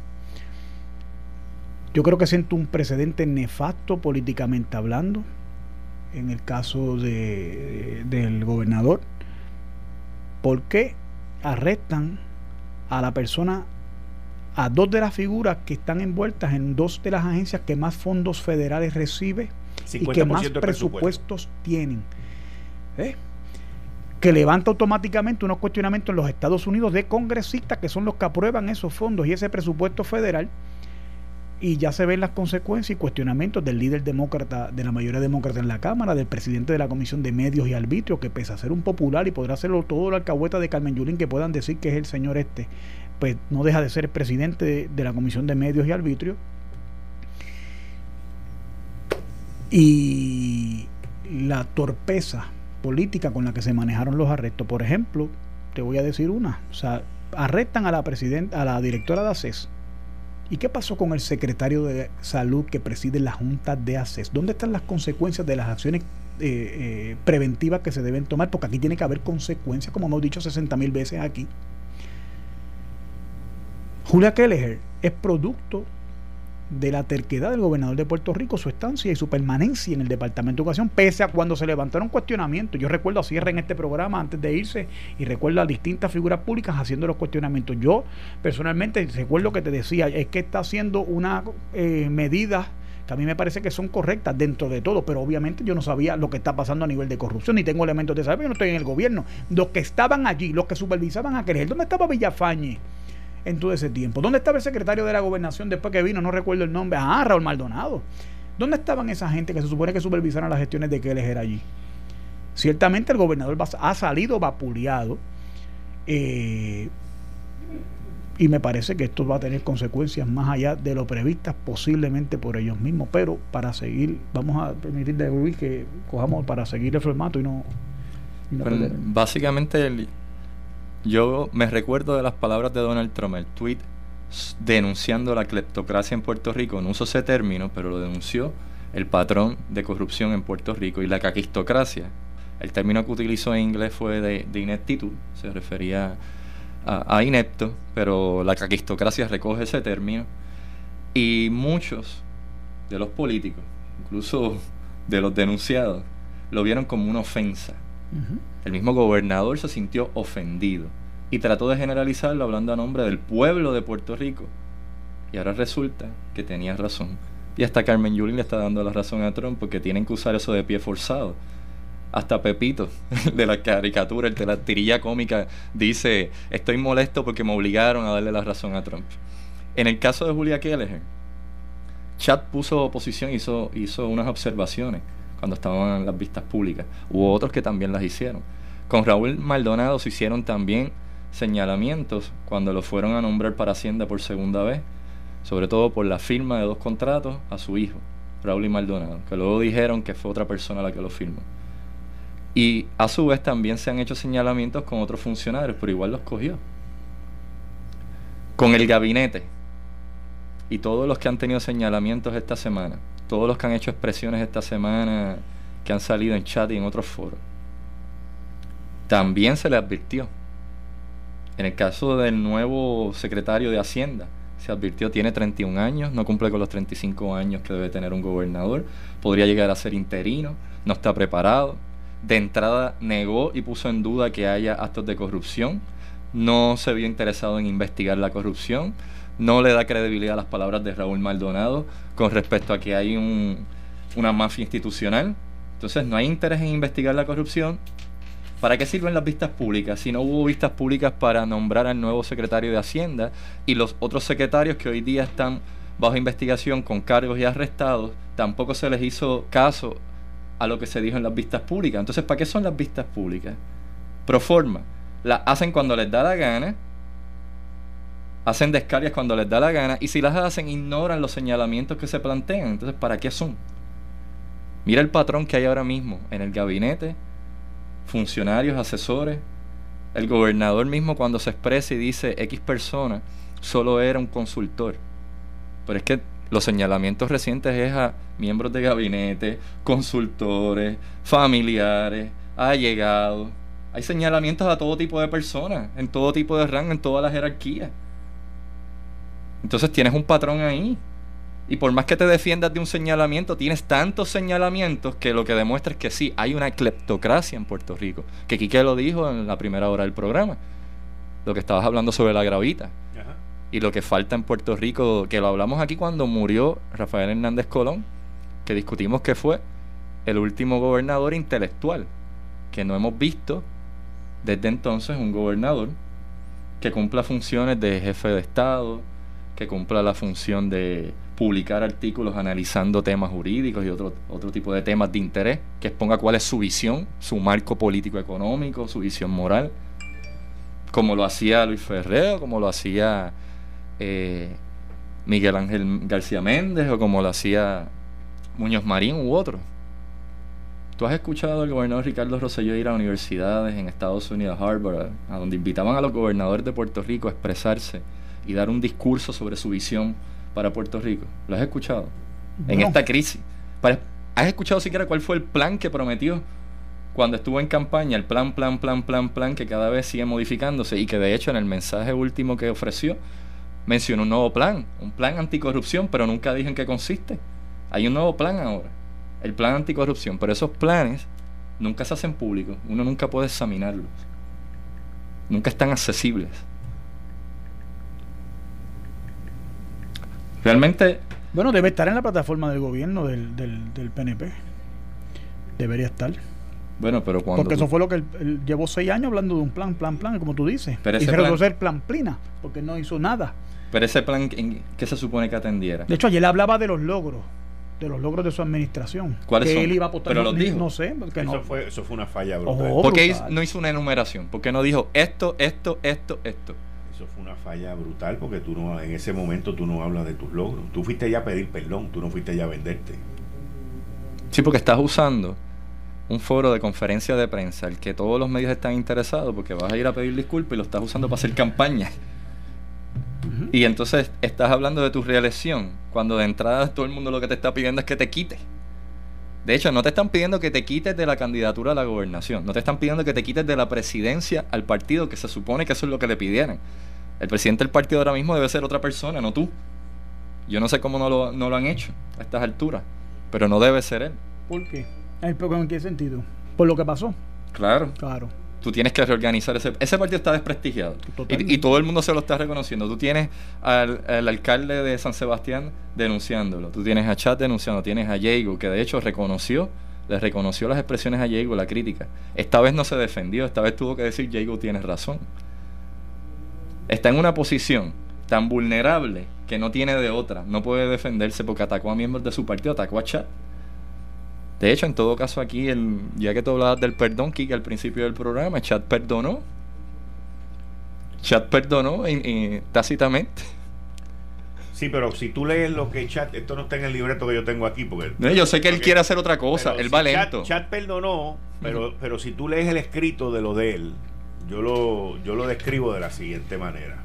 Yo creo que siento un precedente nefasto políticamente hablando, en el caso de, del gobernador, porque arrestan a la persona, a dos de las figuras que están envueltas en dos de las agencias que más fondos federales recibe y que más presupuestos tienen. ¿Eh? Que levanta automáticamente unos cuestionamientos en los Estados Unidos de congresistas que son los que aprueban esos fondos y ese presupuesto federal. Y ya se ven las consecuencias y cuestionamientos del líder demócrata, de la mayoría demócrata en la Cámara, del presidente de la Comisión de Medios y Arbitrio, que pese a ser un popular y podrá hacerlo todo la alcahueta de Carmen Yulín, que puedan decir que es el señor este, pues no deja de ser el presidente de, de la Comisión de Medios y Arbitrio. Y la torpeza política con la que se manejaron los arrestos. Por ejemplo, te voy a decir una, o sea, arrestan a la presidenta, a la directora de ACES. ¿Y qué pasó con el secretario de Salud que preside la Junta de ACES? ¿Dónde están las consecuencias de las acciones eh, eh, preventivas que se deben tomar? Porque aquí tiene que haber consecuencias, como hemos dicho sesenta mil veces aquí. Julia Kelleher es producto de la terquedad del gobernador de Puerto Rico, su estancia y su permanencia en el Departamento de Educación, pese a cuando se levantaron cuestionamientos. Yo recuerdo a Sierra en este programa antes de irse y recuerdo a distintas figuras públicas haciendo los cuestionamientos. Yo personalmente recuerdo que te decía, es que está haciendo una eh, medida que a mí me parece que son correctas dentro de todo, pero obviamente yo no sabía lo que está pasando a nivel de corrupción, ni tengo elementos de saber, yo no estoy en el gobierno. Los que estaban allí, los que supervisaban a Kelleher, ¿dónde estaba Villafañe en todo ese tiempo? ¿Dónde estaba el secretario de la Gobernación después que vino? No recuerdo el nombre. Ah, Raúl Maldonado. ¿Dónde estaban esa gente que se supone que supervisaran las gestiones de Kelleher allí? Ciertamente el gobernador ha salido vapuleado, eh, y me parece que esto va a tener consecuencias más allá de lo previstas posiblemente por ellos mismos, pero para seguir, vamos a permitir de Luis que cojamos para seguir el formato y no, y no bueno, básicamente el, yo me recuerdo de las palabras de Donald Trump, el tweet denunciando la cleptocracia en Puerto Rico. No usó ese término, pero lo denunció, el patrón de corrupción en Puerto Rico. Y la caquistocracia, el término que utilizó en inglés fue de, de ineptitud, se refería a, a inepto, pero la caquistocracia recoge ese término. Y muchos de los políticos, incluso de los denunciados, lo vieron como una ofensa. Uh-huh. El mismo gobernador se sintió ofendido y trató de generalizarlo hablando a nombre del pueblo de Puerto Rico. Y ahora resulta que tenía razón. Y hasta Carmen Yulín le está dando la razón a Trump, porque tienen que usar eso de pie forzado. Hasta Pepito, de la caricatura, el de la tirilla cómica, dice: estoy molesto porque me obligaron a darle la razón a Trump. En el caso de Julia Kelleher, Chad puso oposición, hizo, hizo unas observaciones cuando estaban en las vistas públicas. Hubo otros que también las hicieron. Con Raúl Maldonado se hicieron también señalamientos cuando lo fueron a nombrar para Hacienda por segunda vez, sobre todo por la firma de dos contratos a su hijo, Raúl y Maldonado, que luego dijeron que fue otra persona la que lo firmó. Y a su vez también se han hecho señalamientos con otros funcionarios, pero igual los cogió. Con el gabinete y todos los que han tenido señalamientos esta semana, todos los que han hecho expresiones esta semana, que han salido en chat y en otros foros, también se le advirtió. En el caso del nuevo secretario de Hacienda, se advirtió, tiene treinta y un años, no cumple con los treinta y cinco años que debe tener un gobernador, podría llegar a ser interino, no está preparado. De entrada negó y puso en duda que haya actos de corrupción, no se vio interesado en investigar la corrupción, no le da credibilidad a las palabras de Raúl Maldonado con respecto a que hay un, una mafia institucional. Entonces no hay interés en investigar la corrupción. ¿Para qué sirven las vistas públicas? Si no hubo vistas públicas para nombrar al nuevo secretario de Hacienda y los otros secretarios que hoy día están bajo investigación con cargos y arrestados, tampoco se les hizo caso a lo que se dijo en las vistas públicas. Entonces, ¿para qué son las vistas públicas? Pro forma. Las hacen cuando les da la gana, hacen descargas cuando les da la gana, y si las hacen, ignoran los señalamientos que se plantean. Entonces, ¿para qué son? Mira el patrón que hay ahora mismo en el gabinete, funcionarios, asesores, el gobernador mismo cuando se expresa y dice X persona solo era un consultor. Pero es que los señalamientos recientes es a miembros de gabinete, consultores, familiares, allegados. Hay señalamientos a todo tipo de personas, en todo tipo de rango, en toda la jerarquía. Entonces tienes un patrón ahí. Y por más que te defiendas de un señalamiento, tienes tantos señalamientos que lo que demuestra es que sí, hay una cleptocracia en Puerto Rico. Que Quique lo dijo en la primera hora del programa. Lo que estabas hablando sobre la gravita. Ajá. Y lo que falta en Puerto Rico, que lo hablamos aquí cuando murió Rafael Hernández Colón, que discutimos que fue el último gobernador intelectual, que no hemos visto desde entonces un gobernador que cumpla funciones de jefe de Estado, que cumpla la función de publicar artículos analizando temas jurídicos y otro, otro tipo de temas de interés, que exponga cuál es su visión, su marco político-económico, su visión moral, como lo hacía Luis Ferrero, como lo hacía eh, Miguel Ángel García Méndez, o como lo hacía Muñoz Marín u otros. ¿Tú has escuchado al gobernador Ricardo Rosselló ir a universidades en Estados Unidos, Harvard, a donde invitaban a los gobernadores de Puerto Rico a expresarse y dar un discurso sobre su visión para Puerto Rico? ¿Lo has escuchado? No. En esta crisis. ¿Has escuchado siquiera cuál fue el plan que prometió cuando estuvo en campaña? El plan, plan, plan, plan, plan, que cada vez sigue modificándose y que de hecho en el mensaje último que ofreció mencionó un nuevo plan, un plan anticorrupción, pero nunca dijo en qué consiste. Hay un nuevo plan ahora, el plan anticorrupción, pero esos planes nunca se hacen públicos, uno nunca puede examinarlos, nunca están accesibles. Realmente... Bueno, debe estar en la plataforma del gobierno del, del, del P N P. Debería estar. Bueno, pero cuando... Porque eso fue lo que él, él llevó seis años hablando de un plan, plan, plan, como tú dices. Pero y ese se plan... reduce el plan plina, porque no hizo nada. Pero ese plan, ¿qué se supone que atendiera? De hecho, ayer hablaba de los logros de los logros de su administración. ¿Cuáles que son? él iba a apostar. Pero no, los dijo. No sé. Porque eso, no. fue, eso fue una falla brutal. Ojo, ¿Por qué brutal. no hizo una enumeración? ¿Por qué no dijo esto, esto, esto, esto? Eso fue una falla brutal porque tú no, en ese momento tú no hablas de tus logros. Tú fuiste ya a pedir perdón, tú no fuiste ya a venderte. Sí, porque estás usando un foro de conferencia de prensa, el que todos los medios están interesados, porque vas a ir a pedir disculpas y lo estás usando para hacer campaña. Uh-huh. Y entonces estás hablando de tu reelección, cuando de entrada todo el mundo lo que te está pidiendo es que te quites. De hecho, no te están pidiendo que te quites de la candidatura a la gobernación, no te están pidiendo que te quites de la presidencia al partido, que se supone que eso es lo que le pidieran. El presidente del partido ahora mismo debe ser otra persona, no tú. Yo no sé cómo no lo, no lo han hecho a estas alturas, pero no debe ser él. ¿Por qué? ¿En qué sentido? ¿Por lo que pasó? Claro. Claro. Tú tienes que reorganizar ese... Ese partido está desprestigiado. Y, y todo el mundo se lo está reconociendo. Tú tienes al, al alcalde de San Sebastián denunciándolo. Tú tienes a Chat denunciando. Tienes a Diego, que de hecho reconoció, le reconoció las expresiones a Diego, la crítica. Esta vez no se defendió. Esta vez tuvo que decir, Diego, tienes razón. Está en una posición tan vulnerable que no tiene de otra. No puede defenderse porque atacó a miembros de su partido, atacó a Chat. De hecho, en todo caso aquí, el, ya que tú hablabas del perdón, Kike, al principio del programa, Chat perdonó. Chat perdonó y, y, tácitamente. Sí, pero si tú lees lo que Chat, esto no está en el libreto que yo tengo aquí, porque... No, yo sé que él quiere hacer otra cosa, él si va Chat, lento. Chat perdonó, pero, uh-huh. pero si tú lees el escrito de lo de él, yo lo, yo lo describo de la siguiente manera.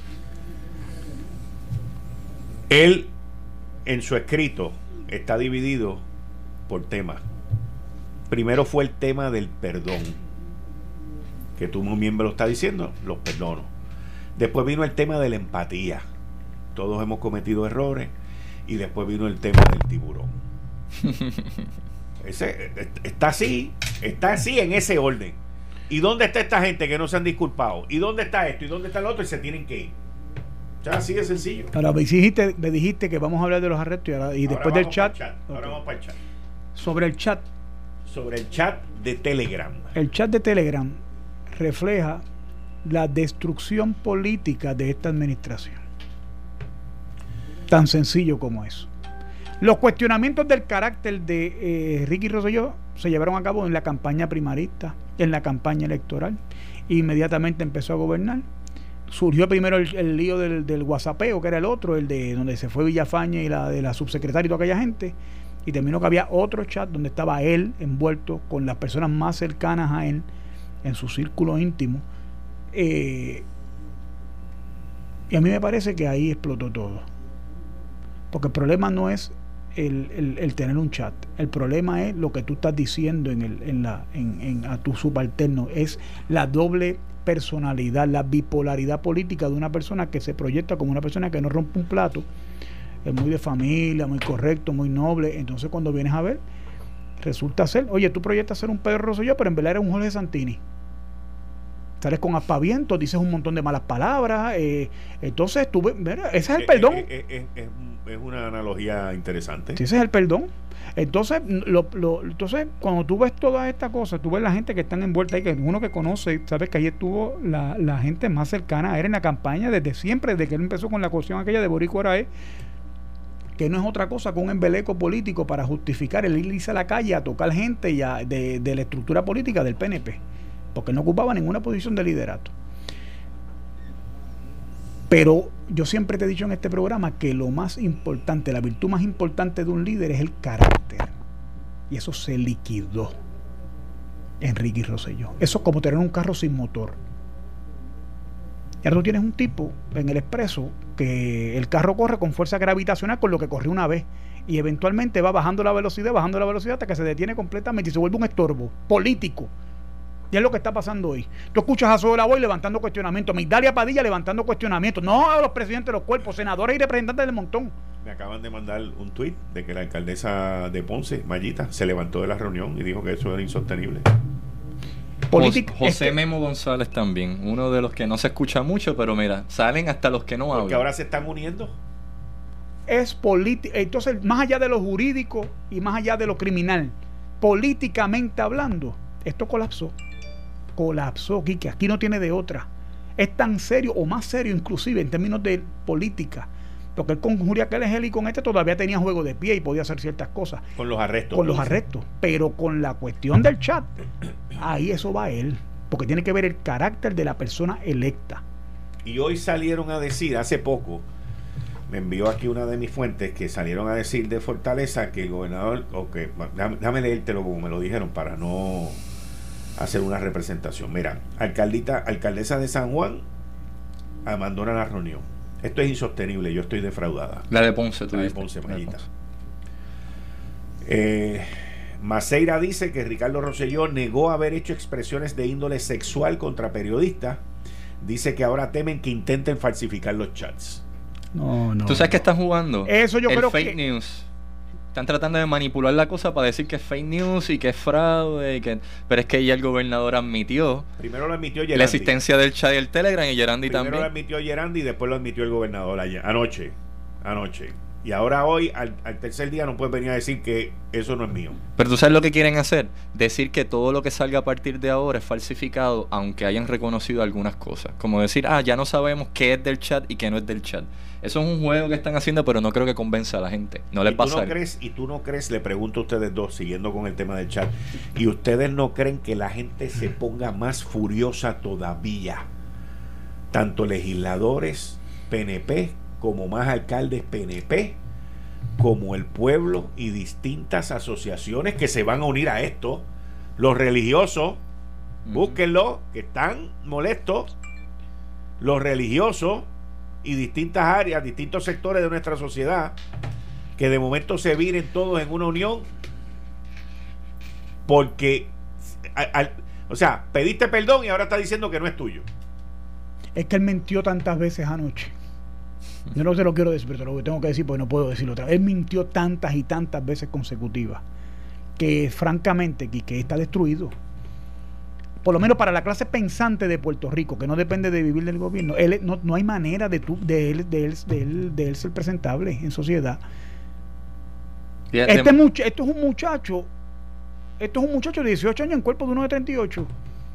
Él, en su escrito, está dividido por temas. Primero fue el tema del perdón, que tú muy bien me lo estás diciendo, los perdono. Después vino el tema de la empatía, todos hemos cometido errores, y después vino el tema del tiburón. Ese, está así, está así en ese orden. ¿Y dónde está esta gente que no se han disculpado? ¿Y dónde está esto? ¿Y dónde está el otro? Y se tienen que ir. Ya así de sencillo. Ahora me dijiste, me dijiste que vamos a hablar de los arrestos y, ahora, y ahora después del chat, chat. Ahora okay. vamos para el chat. Sobre el chat. Sobre el chat de Telegram. El chat de Telegram refleja la destrucción política de esta administración. Tan sencillo como eso. Los cuestionamientos del carácter de eh, Ricky Rosselló se llevaron a cabo en la campaña primarista, en la campaña electoral. Inmediatamente empezó a gobernar. Surgió primero el, el lío del, del WhatsAppeo, que era el otro, el de donde se fue Villafaña y la de la subsecretaria y toda aquella gente. Y terminó que había otro chat donde estaba él envuelto con las personas más cercanas a él en su círculo íntimo. Eh, y a mí me parece que ahí explotó todo. Porque el problema no es el, el, el tener un chat. El problema es lo que tú estás diciendo en el, en la, en, en, a tu subalterno. Es la doble personalidad, la bipolaridad política de una persona que se proyecta como una persona que no rompe un plato. Es muy de familia, muy correcto, muy noble. Entonces cuando vienes a ver, resulta ser, oye, tú proyectas ser un Pedro Rosselló, pero en verdad eres un Jorge Santini. Sales con aspavientos, dices un montón de malas palabras. Eh, entonces tú ves, mira, ese es el perdón. Es, es, es, es, es una analogía interesante. Sí, ese es el perdón. Entonces, lo, lo, entonces, cuando tú ves todas estas cosas, tú ves la gente que están envuelta ahí, que uno que conoce, sabes que ahí estuvo la, la gente más cercana a él en la campaña desde siempre, desde que él empezó con la cuestión aquella de Boricua Araé, que no es otra cosa que un embeleco político para justificar el irse a la calle a tocar gente y a, de, de la estructura política del P N P, porque no ocupaba ninguna posición de liderato. Pero yo siempre te he dicho en este programa que lo más importante, la virtud más importante de un líder es el carácter, y eso se liquidó en Ricky Rosselló. Eso es como tener un carro sin motor. Y ahora tú tienes un tipo en el expreso que el carro corre con fuerza gravitacional con lo que corrió una vez, y eventualmente va bajando la velocidad, bajando la velocidad hasta que se detiene completamente y se vuelve un estorbo político. Y es lo que está pasando hoy. Tú escuchas a Zoe Lavoy levantando cuestionamientos, Migdalia Padilla levantando cuestionamientos, no a los presidentes de los cuerpos, senadores y representantes del montón. Me acaban de mandar un tuit de que la alcaldesa de Ponce, Mayita, se levantó de la reunión y dijo que eso era insostenible. Política, José este, Memo González también, uno de los que no se escucha mucho, pero mira, salen hasta los que no hablan. Porque ahora se están uniendo. Es política. Entonces, más allá de lo jurídico y más allá de lo criminal, políticamente hablando, esto colapsó. Colapsó, Quique. Aquí no tiene de otra. Es tan serio o más serio inclusive en términos de política Porque él con Julia Keller y con este todavía tenía juego de pie y podía hacer ciertas cosas. Con los arrestos. Con los arrestos. Pero con la cuestión del chat, ahí eso va él. Porque tiene que ver el carácter de la persona electa. Y hoy salieron a decir, hace poco, me envió aquí una de mis fuentes, que salieron a decir de Fortaleza que el gobernador, o que, déjame, déjame leértelo como me lo dijeron para no hacer una representación. Mira, alcaldita, alcaldesa de San Juan abandona la reunión. Esto es insostenible, yo estoy defraudada. La de Ponce, tú La de dices. Ponce, La de Mayita. Ponce. Eh, Maceira dice que Ricardo Rosselló negó haber hecho expresiones de índole sexual contra periodistas. Dice que ahora temen que intenten falsificar los chats. No, no. ¿Tú sabes que están jugando? Eso yo el creo fake que... news. Están tratando de manipular la cosa para decir que es fake news y que es fraude. Y que... Pero es que ya el gobernador admitió Primero lo admitió Gerandi. la existencia del chat y el Telegram, y Gerandi Primero también. lo admitió Gerandi y después lo admitió el gobernador ayer, anoche. Anoche. Y ahora hoy, al, al tercer día, no puedes venir a decir que eso no es mío. Pero tú sabes lo que quieren hacer, decir que todo lo que salga a partir de ahora es falsificado, aunque hayan reconocido algunas cosas. Como decir, ah, ya no sabemos qué es del chat y qué no es del chat. Eso es un juego que están haciendo, pero no creo que convenza a la gente. No les ¿Y tú pasa. no crees, y tú no crees, le pregunto a ustedes dos, siguiendo con el tema del chat, y ustedes no creen que la gente se ponga más furiosa todavía, tanto legisladores P N P como más alcaldes P N P, como el pueblo y distintas asociaciones que se van a unir a esto? Los religiosos, uh-huh. Búsquenlo, que están molestos, los religiosos y distintas áreas, distintos sectores de nuestra sociedad, que de momento se viren todos en una unión, porque al, al, o sea, pediste perdón y ahora está diciendo que no es tuyo. Es que él mintió tantas veces anoche. Yo no se lo quiero decir, pero te lo tengo que decir porque no puedo decirlo otra vez. Él mintió tantas y tantas veces consecutivas que francamente Quique está destruido. Por lo menos para la clase pensante de Puerto Rico, que no depende de vivir del gobierno, él, no, no hay manera de, tu, de, él, de, él, de, él, de él ser presentable en sociedad. Yeah, este de... much, esto es un muchacho, esto es un muchacho de dieciocho años en cuerpo de uno de treinta y ocho.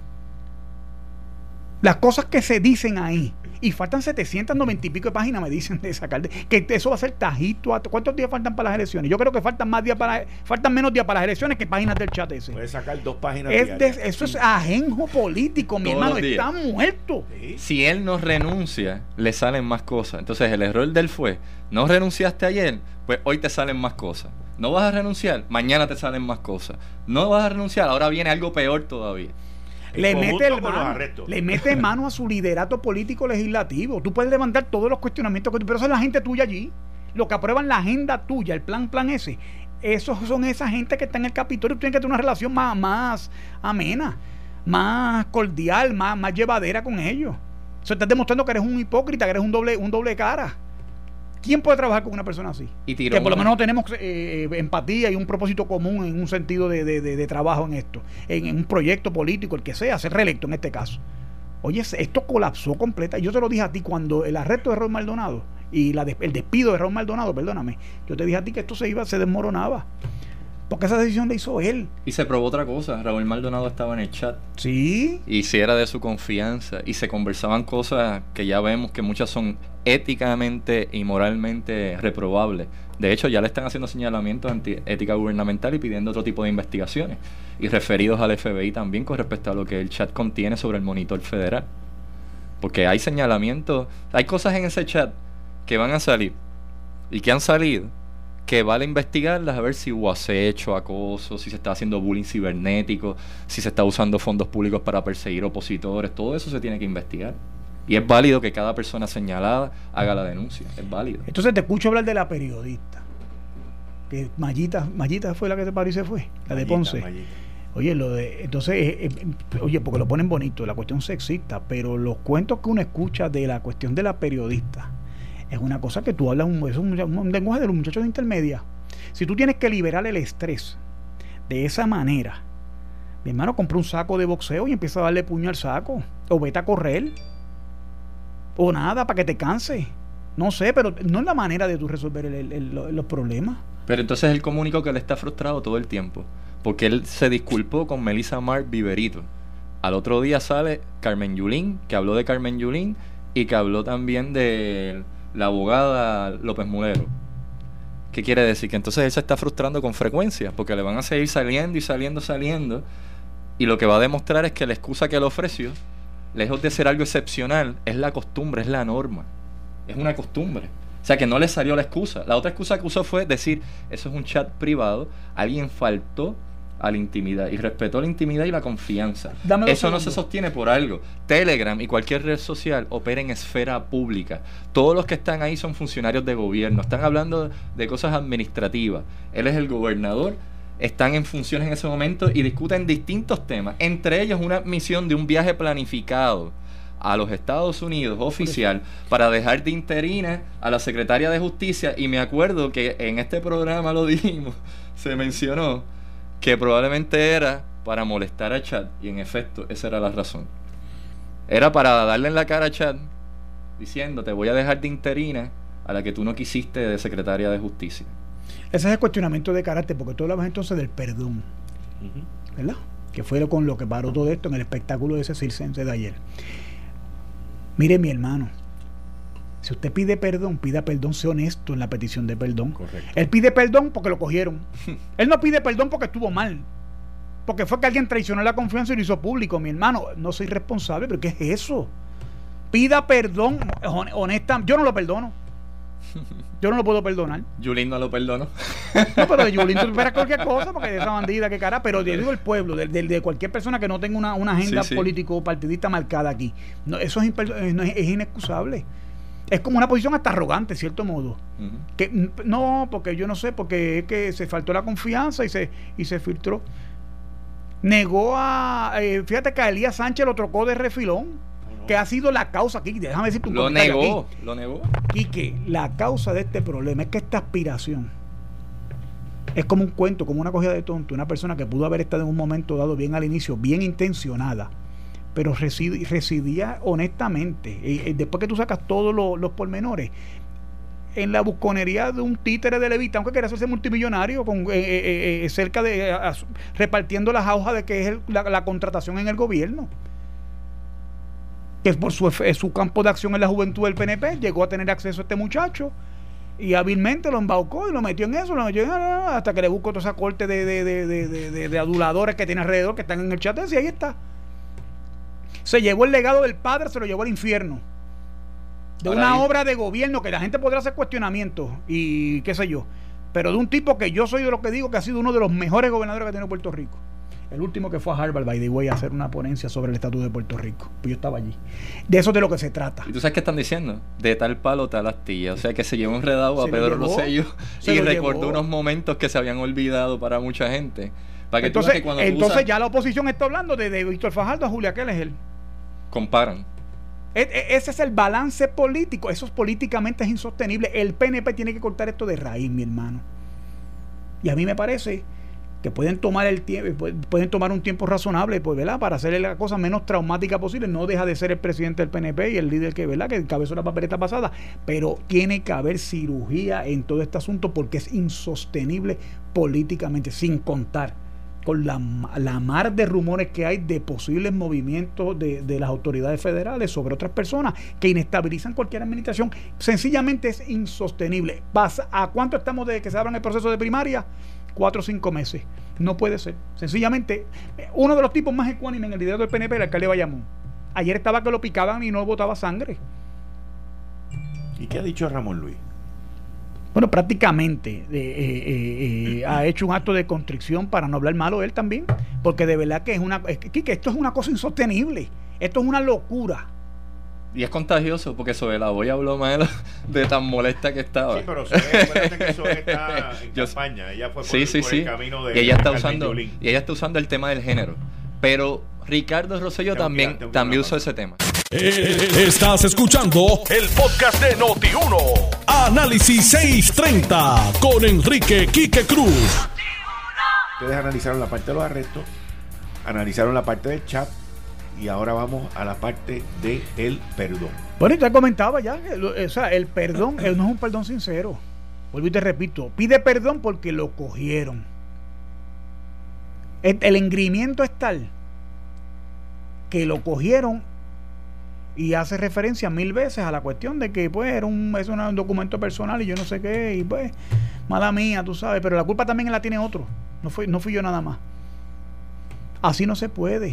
Las cosas que se dicen ahí, y faltan setecientas noventa y pico de páginas, me dicen, de sacar, de, que eso va a ser tajito. ¿Cuántos días faltan para las elecciones? Yo creo que faltan más días para, faltan menos días para las elecciones que páginas del chat ese. Puede sacar dos páginas es diarias. de, Eso es ajenjo político, mi hermano, está muerto. ¿Sí? Si él no renuncia, le salen más cosas. Entonces el error de él fue, no renunciaste ayer, pues hoy te salen más cosas. No vas a renunciar, mañana te salen más cosas. No vas a renunciar, ahora viene algo peor todavía. Le mete, el mano, le mete mano a su liderato político legislativo. Tú puedes levantar todos los cuestionamientos, que tú, pero esa es la gente tuya allí. Lo que aprueban la agenda tuya, el plan, plan ese. Esos son esa gente que está en el Capitolio. Tú tienes que tener una relación más, más amena, más cordial, más, más llevadera con ellos. Eso estás demostrando que eres un hipócrita, que eres un doble, un doble cara. ¿Quién puede trabajar con una persona así? Y que por lo menos tenemos eh, empatía y un propósito común en un sentido de, de, de, de trabajo en esto, en, en un proyecto político, el que sea, ser reelecto en este caso. Oye, esto colapsó completa. Yo te lo dije a ti cuando el arresto de Raúl Maldonado y la de, el despido de Raúl Maldonado, perdóname, yo te dije a ti que esto se iba, se desmoronaba. Porque esa decisión la hizo él. Y se probó otra cosa. Raúl Maldonado estaba en el chat. Sí. Y si era de su confianza. Y se conversaban cosas que ya vemos que muchas son éticamente y moralmente reprobables. De hecho, ya le están haciendo señalamientos anti ética gubernamental y pidiendo otro tipo de investigaciones. Y referidos al F B I también con respecto a lo que el chat contiene sobre el monitor federal. Porque hay señalamientos, hay cosas en ese chat que van a salir y que han salido, que vale investigarlas a ver si hubo acecho, acoso, si se está haciendo bullying cibernético, si se está usando fondos públicos para perseguir opositores. Todo eso se tiene que investigar. Y es válido que cada persona señalada haga la denuncia. Es válido. Entonces te escucho hablar de la periodista. Que Mayita, Mayita fue la que te paró y se fue. La de Ponce. Mayita. Oye, lo de, entonces, eh, eh, oye, porque lo ponen bonito, la cuestión sexista, pero los cuentos que uno escucha de la cuestión de la periodista es una cosa que tú hablas, un, es un, un lenguaje de los muchachos de intermedia. Si tú tienes que liberar el estrés de esa manera, mi hermano, compra un saco de boxeo y empieza a darle puño al saco, o vete a correr, o nada, para que te canse. No sé, pero no es la manera de tú resolver el, el, el, los problemas. Pero entonces él comunicó que él está frustrado todo el tiempo, porque él se disculpó con Melissa Mar Viverito. Al otro día sale Carmen Yulín, que habló de Carmen Yulín y que habló también de la abogada López Mulero. ¿Qué quiere decir? Que entonces él se está frustrando con frecuencia, porque le van a seguir saliendo y saliendo, saliendo, y lo que va a demostrar es que la excusa que le ofreció, lejos de ser algo excepcional, es la costumbre, es la norma. Es una costumbre. O sea, que no le salió la excusa. La otra excusa que usó fue decir, eso es un chat privado, alguien faltó a la intimidad y respetó la intimidad y la confianza. Eso no se sostiene por algo. Telegram y cualquier red social opera en esfera pública. Todos los que están ahí son funcionarios de gobierno. Están hablando de cosas administrativas. Él es el gobernador. Están en funciones en ese momento y discuten distintos temas. Entre ellos una misión de un viaje planificado a los Estados Unidos oficial para dejar de interina a la secretaria de Justicia. Y me acuerdo que en este programa lo dijimos, se mencionó que probablemente era para molestar a Chad, y en efecto esa era la razón. Era para darle en la cara a Chad diciendo, te voy a dejar de interina a la que tú no quisiste de secretaria de Justicia. Ese es el cuestionamiento de carácter, porque tú hablabas entonces del perdón, uh-huh. ¿verdad? Que fue lo, con lo que paró todo esto en el espectáculo de ese circense de ayer. Mire, mi hermano, si usted pide perdón, pida perdón, sea honesto en la petición de perdón. Correcto. Él pide perdón porque lo cogieron. Él no pide perdón porque estuvo mal, porque fue que alguien traicionó la confianza y lo hizo público. Mi hermano, no soy responsable, pero ¿qué es eso? Pida perdón, honesta. Yo no lo perdono. Yo no lo puedo perdonar. Yulín no lo perdono. No, pero de Yulín tú esperas cualquier cosa, porque de esa bandida, qué cara. Pero yo digo el pueblo, de, de, de cualquier persona que no tenga una, una agenda sí, sí. político-partidista marcada aquí. No, eso es, no, es, es inexcusable. Es como una posición hasta arrogante, en cierto modo. Uh-huh. Que no, porque yo no sé, porque es que se faltó la confianza y se y se filtró. Negó a... Eh, fíjate que a Elías Sánchez lo trocó de refilón, no, no. que ha sido la causa aquí. Déjame decir tu Lo negó, aquí. lo negó. Quique, la causa de este problema es que esta aspiración es como un cuento, como una cogida de tonto. Una persona que pudo haber estado en un momento dado bien al inicio, bien intencionada, pero residía, residía honestamente. Y, y después que tú sacas todos los, los pormenores, en la busconería de un títere de Levita, aunque quería hacerse multimillonario, con eh, eh, eh, cerca de a, a, repartiendo las hojas de que es el, la, la contratación en el gobierno, que por su, su campo de acción en la juventud del P N P llegó a tener acceso a este muchacho y hábilmente lo embaucó y lo metió en eso, lo metió en, hasta que le buscó toda esa corte de, de, de, de, de, de, de aduladores que tiene alrededor, que están en el chat ese, y ahí está. Se llevó el legado del padre, se lo llevó al infierno. De Ahora una ahí. obra de gobierno que la gente podrá hacer cuestionamientos y qué sé yo, pero de un tipo que yo soy de lo que digo que ha sido uno de los mejores gobernadores que ha tenido Puerto Rico. El último que fue a Harvard, by the way, a hacer una ponencia sobre el estatus de Puerto Rico. Pues yo estaba allí. De eso es de lo que se trata. ¿Y tú sabes qué están diciendo? De tal palo, tal astilla. O sea, que se llevó enredado a Pedro Rosselló y recordó llevó. unos momentos que se habían olvidado para mucha gente. Para que entonces, que cuando entonces usas... ya la oposición está hablando de, de Víctor Fajardo a Julia Keller. Comparan. E- e- ese es el balance político. Eso es políticamente es insostenible. El P N P tiene que cortar esto de raíz, mi hermano. Y a mí me parece que pueden tomar el tiempo, pueden tomar un tiempo razonable, pues, ¿verdad? Para hacerle la cosa menos traumática posible. No deja de ser el presidente del P N P y el líder que, ¿verdad?, que encabezó la papeleta pasada, pero tiene que haber cirugía en todo este asunto porque es insostenible políticamente, sin contar con la, la mar de rumores que hay de posibles movimientos de, de las autoridades federales sobre otras personas que inestabilizan cualquier administración. Sencillamente es insostenible. ¿Pasa? ¿A cuánto estamos de que se abran el proceso de primaria? Cuatro o cinco meses. No puede ser. Sencillamente, uno de los tipos más ecuánimes en el liderato del P N P, el alcalde Bayamón. Ayer estaba que lo picaban y no botaba sangre. ¿Y qué ha dicho Ramón Luis? Bueno, prácticamente eh, eh, eh, ha hecho un acto de contrición, para no hablar malo de él también, porque de verdad que es una es que, que esto es una cosa insostenible. Esto es una locura. Y es contagioso, porque sobre la Boya habló mal de tan molesta que estaba. Sí, pero Zoe, acuérdate que Zoe está en Yo, campaña. Ella fue por, sí, sí, por sí. el camino de y ella está usando y ella está usando el tema del género. Pero Ricardo Rosselló también, que, también usó ese tema. Eh, estás escuchando el podcast de Noti uno. Análisis seiscientos treinta con Enrique Quique Cruz. Ustedes analizaron la parte de los arrestos, analizaron la parte del chat, y ahora vamos a la parte de el perdón. Bueno, ya comentaba ya, o sea, el perdón no es un perdón sincero. Vuelvo y te repito, pide perdón porque lo cogieron. El, el engreimiento es tal que lo cogieron y hace referencia mil veces a la cuestión de que pues era un, es un documento personal y yo no sé qué, y pues mala mía, tú sabes, pero la culpa también la tiene otro, no fui, no fui yo nada más. Así no se puede,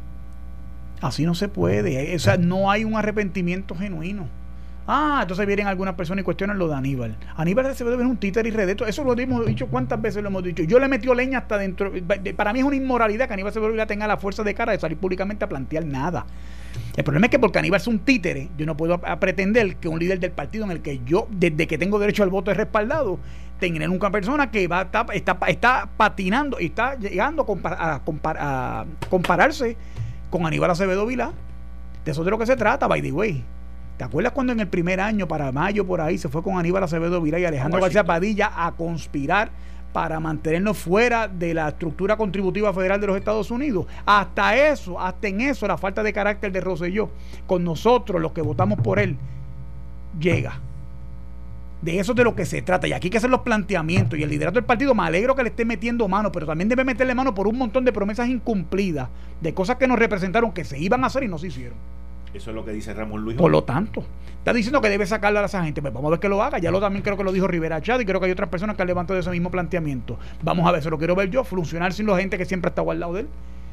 así no se puede, o sea, no hay un arrepentimiento genuino. Ah, entonces vienen algunas personas y cuestionan lo de Aníbal. Aníbal se ve un títer y redeto. Eso lo hemos dicho, ¿cuántas veces lo hemos dicho? Yo le he metido leña hasta dentro. Para mí es una inmoralidad que Aníbal Acevedo tenga la fuerza de cara de salir públicamente a plantear nada. El problema es que porque Aníbal es un títere, yo no puedo a, a pretender que un líder del partido en el que yo, desde que tengo derecho al voto, he respaldado, tener una persona que va está, está, está patinando y está llegando a, compar, a, compar, a compararse con Aníbal Acevedo Vilá. De eso es de lo que se trata, by the way. ¿Te acuerdas cuando en el primer año, para mayo, por ahí, se fue con Aníbal Acevedo Vilá y Alejandro García Padilla a conspirar para mantenernos fuera de la estructura contributiva federal de los Estados Unidos? Hasta eso, hasta en eso, la falta de carácter de Rosselló con nosotros, los que votamos por él, llega. De eso es de lo que se trata. Y aquí hay que hacer los planteamientos. Y el liderato del partido, me alegro que le esté metiendo mano, pero también debe meterle mano por un montón de promesas incumplidas, de cosas que nos representaron, que se iban a hacer y no se hicieron. Eso es lo que dice Ramón Luis. Por lo tanto, está diciendo que debe sacarle a esa gente. Pues vamos a ver que lo haga. Ya lo también creo que lo dijo Rivera Chad y creo que hay otras personas que han levantado ese mismo planteamiento. Vamos a ver, se lo quiero ver yo, funcionar sin la gente que siempre ha estado al lado de él.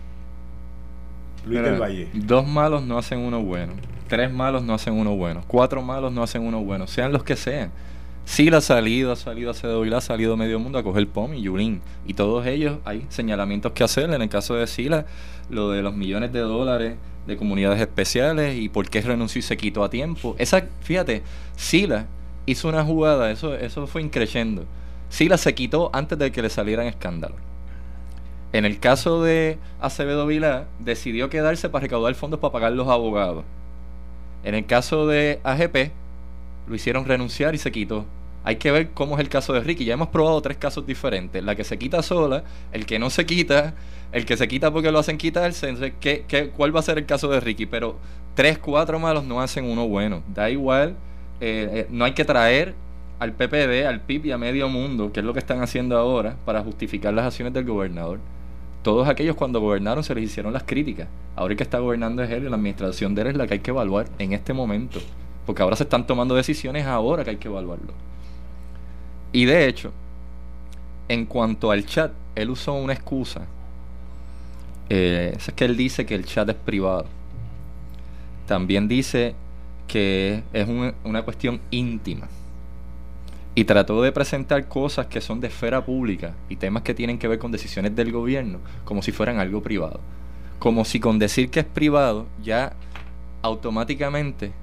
Luis Mira, del Valle. Dos malos no hacen uno bueno. Tres malos no hacen uno bueno. Cuatro malos no hacen uno bueno. Sean los que sean. Sila ha salido, ha salido Acevedo Vilá, ha salido medio mundo a coger P O M y Yulín. Y todos ellos hay señalamientos que hacer. En el caso de Sila, lo de los millones de dólares de comunidades especiales y por qué renunció y se quitó a tiempo. Esa, fíjate, Sila hizo una jugada, eso, eso fue increyendo. Sila se quitó antes de que le salieran escándalos. En el caso de Acevedo Vilá, decidió quedarse para recaudar fondos para pagar los abogados. En el caso de A G P, lo hicieron renunciar y se quitó. Hay que ver cómo es el caso de Ricky. Ya hemos probado tres casos diferentes. La que se quita sola, el que no se quita, el que se quita porque lo hacen quitarse. Entonces, ¿qué, qué, ¿cuál va a ser el caso de Ricky? Pero tres, cuatro malos no hacen uno bueno. Da igual. Eh, eh, no hay que traer al P P D, al P I B y a medio mundo, que es lo que están haciendo ahora, para justificar las acciones del gobernador. Todos aquellos cuando gobernaron se les hicieron las críticas. Ahora el que está gobernando es él y la administración de él es la que hay que evaluar en este momento. Porque ahora se están tomando decisiones ahora que hay que evaluarlo. Y de hecho, en cuanto al chat, él usó una excusa. Eh, es que él dice que el chat es privado. También dice que es un, una cuestión íntima. Y trató de presentar cosas que son de esfera pública y temas que tienen que ver con decisiones del gobierno como si fueran algo privado. Como si con decir que es privado ya automáticamente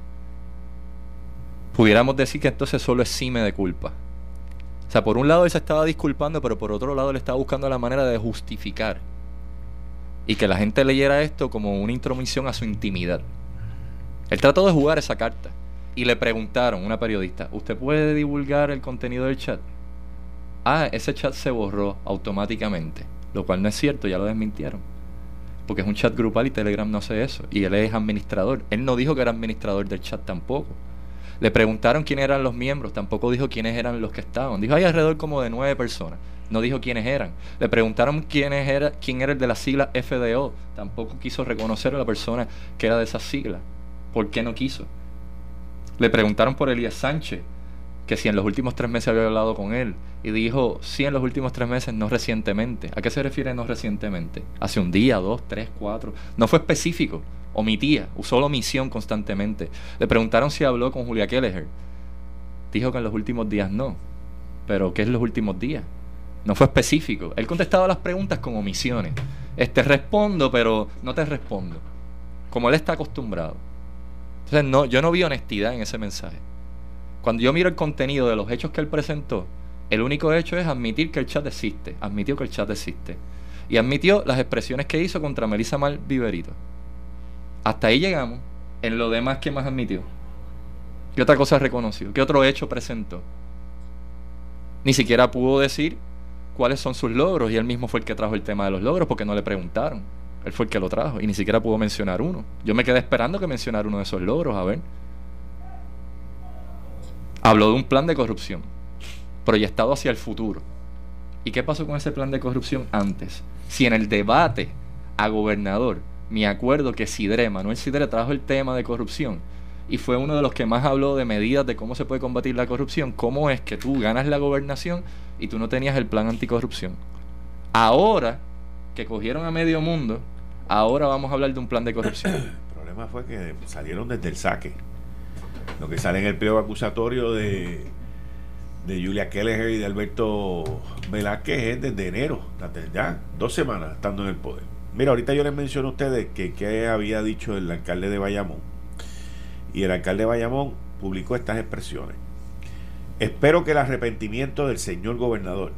pudiéramos decir que entonces solo exime de culpa. O sea, por un lado él se estaba disculpando, pero por otro lado él estaba buscando la manera de justificar y que la gente leyera esto como una intromisión a su intimidad. Él trató de jugar esa carta y le preguntaron, una periodista, ¿usted puede divulgar el contenido del chat? Ah, ese chat se borró automáticamente, lo cual no es cierto, ya lo desmintieron. Porque es un chat grupal y Telegram no hace eso. Y él es administrador. Él no dijo que era administrador del chat tampoco. Le preguntaron quiénes eran los miembros, tampoco dijo quiénes eran los que estaban. Dijo, hay alrededor como de nueve personas. No dijo quiénes eran. Le preguntaron quiénes era, quién era el de la sigla F D O. Tampoco quiso reconocer a la persona que era de esa sigla. ¿Por qué no quiso? Le preguntaron por Elías Sánchez, que si en los últimos tres meses había hablado con él. Y dijo, sí, en los últimos tres meses, no recientemente. ¿A qué se refiere no recientemente? Hace un día, dos, tres, cuatro. No fue específico. Omitía, usó la omisión constantemente. Le preguntaron si habló con Julia Kelleher. Dijo que en los últimos días no. Pero ¿qué es los últimos días? No fue específico. Él contestaba las preguntas con omisiones. Este, respondo, pero no te respondo. Como él está acostumbrado. Entonces, no, yo no vi honestidad en ese mensaje. Cuando yo miro el contenido de los hechos que él presentó, el único hecho es admitir que el chat existe. Admitió que el chat existe. Y admitió las expresiones que hizo contra Melissa Mal Viverito. Hasta ahí llegamos. En lo demás, ¿qué más admitió? ¿Qué otra cosa reconoció? ¿Qué otro hecho presentó? Ni siquiera pudo decir cuáles son sus logros, y él mismo fue el que trajo el tema de los logros porque no le preguntaron. Él fue el que lo trajo y ni siquiera pudo mencionar uno. Yo me quedé esperando que mencionara uno de esos logros, a ver. Habló de un plan de corrupción proyectado hacia el futuro. ¿Y qué pasó con ese plan de corrupción antes? Si en el debate a gobernador me acuerdo que Sidre, Manuel Sidre, trajo el tema de corrupción y fue uno de los que más habló de medidas de cómo se puede combatir la corrupción. Cómo es que tú ganas la gobernación y tú no tenías el plan anticorrupción. Ahora que cogieron a medio mundo, ahora vamos a hablar de un plan de corrupción. El problema fue que salieron desde el saque. Lo que sale en el pliego acusatorio de, de Julia Kelleher y de Alberto Velázquez es desde enero, ya dos semanas estando en el poder. Mira, ahorita yo les menciono a ustedes que, que había dicho el alcalde de Bayamón. Y el alcalde de Bayamón publicó estas expresiones: espero que el arrepentimiento del señor gobernador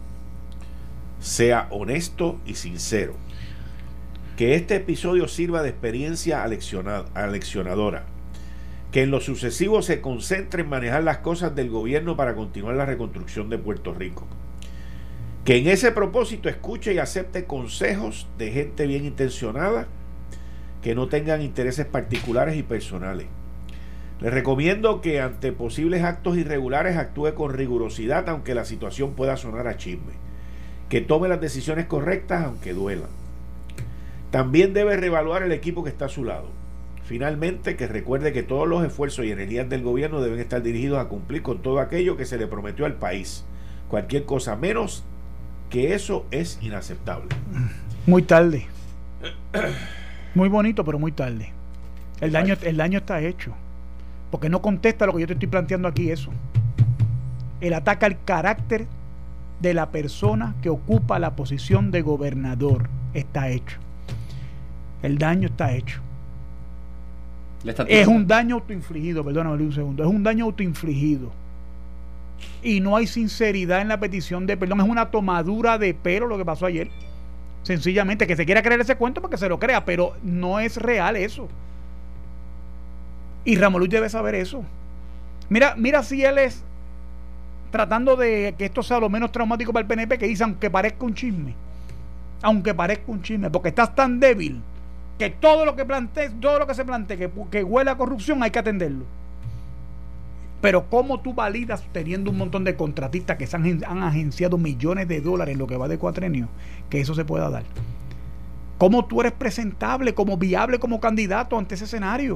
sea honesto y sincero, que este episodio sirva de experiencia aleccionadora, que en lo sucesivo se concentre en manejar las cosas del gobierno para continuar la reconstrucción de Puerto Rico, que en ese propósito escuche y acepte consejos de gente bien intencionada que no tengan intereses particulares y personales. Le recomiendo que ante posibles actos irregulares actúe con rigurosidad, aunque la situación pueda sonar a chisme, que tome las decisiones correctas aunque duelan. También debe reevaluar el equipo que está a su lado. Finalmente, que recuerde que todos los esfuerzos y energías del gobierno deben estar dirigidos a cumplir con todo aquello que se le prometió al país. Cualquier cosa menos que eso es inaceptable. Muy tarde. Muy bonito, pero muy tarde. El daño, el daño está hecho. Porque no contesta lo que yo te estoy planteando aquí, eso. Él ataca el carácter de la persona que ocupa la posición de gobernador. Está hecho. El daño está hecho. Es un daño autoinfligido, perdóname un segundo. Es un daño autoinfligido. Y no hay sinceridad en la petición de perdón. Es una tomadura de pelo lo que pasó ayer. Sencillamente, que se quiera creer ese cuento porque se lo crea, pero no es real eso. Y Ramón Luis debe saber eso. Mira, mira si él es tratando de que esto sea lo menos traumático para el P N P, que dice aunque parezca un chisme. Aunque parezca un chisme, porque estás tan débil que todo lo que plantee, todo lo que se plantee que, que huele a corrupción hay que atenderlo. Pero ¿cómo tú validas teniendo un montón de contratistas que se han, han agenciado millones de dólares en lo que va de cuatrenio, que eso se pueda dar? ¿Cómo tú eres presentable, como viable como candidato ante ese escenario?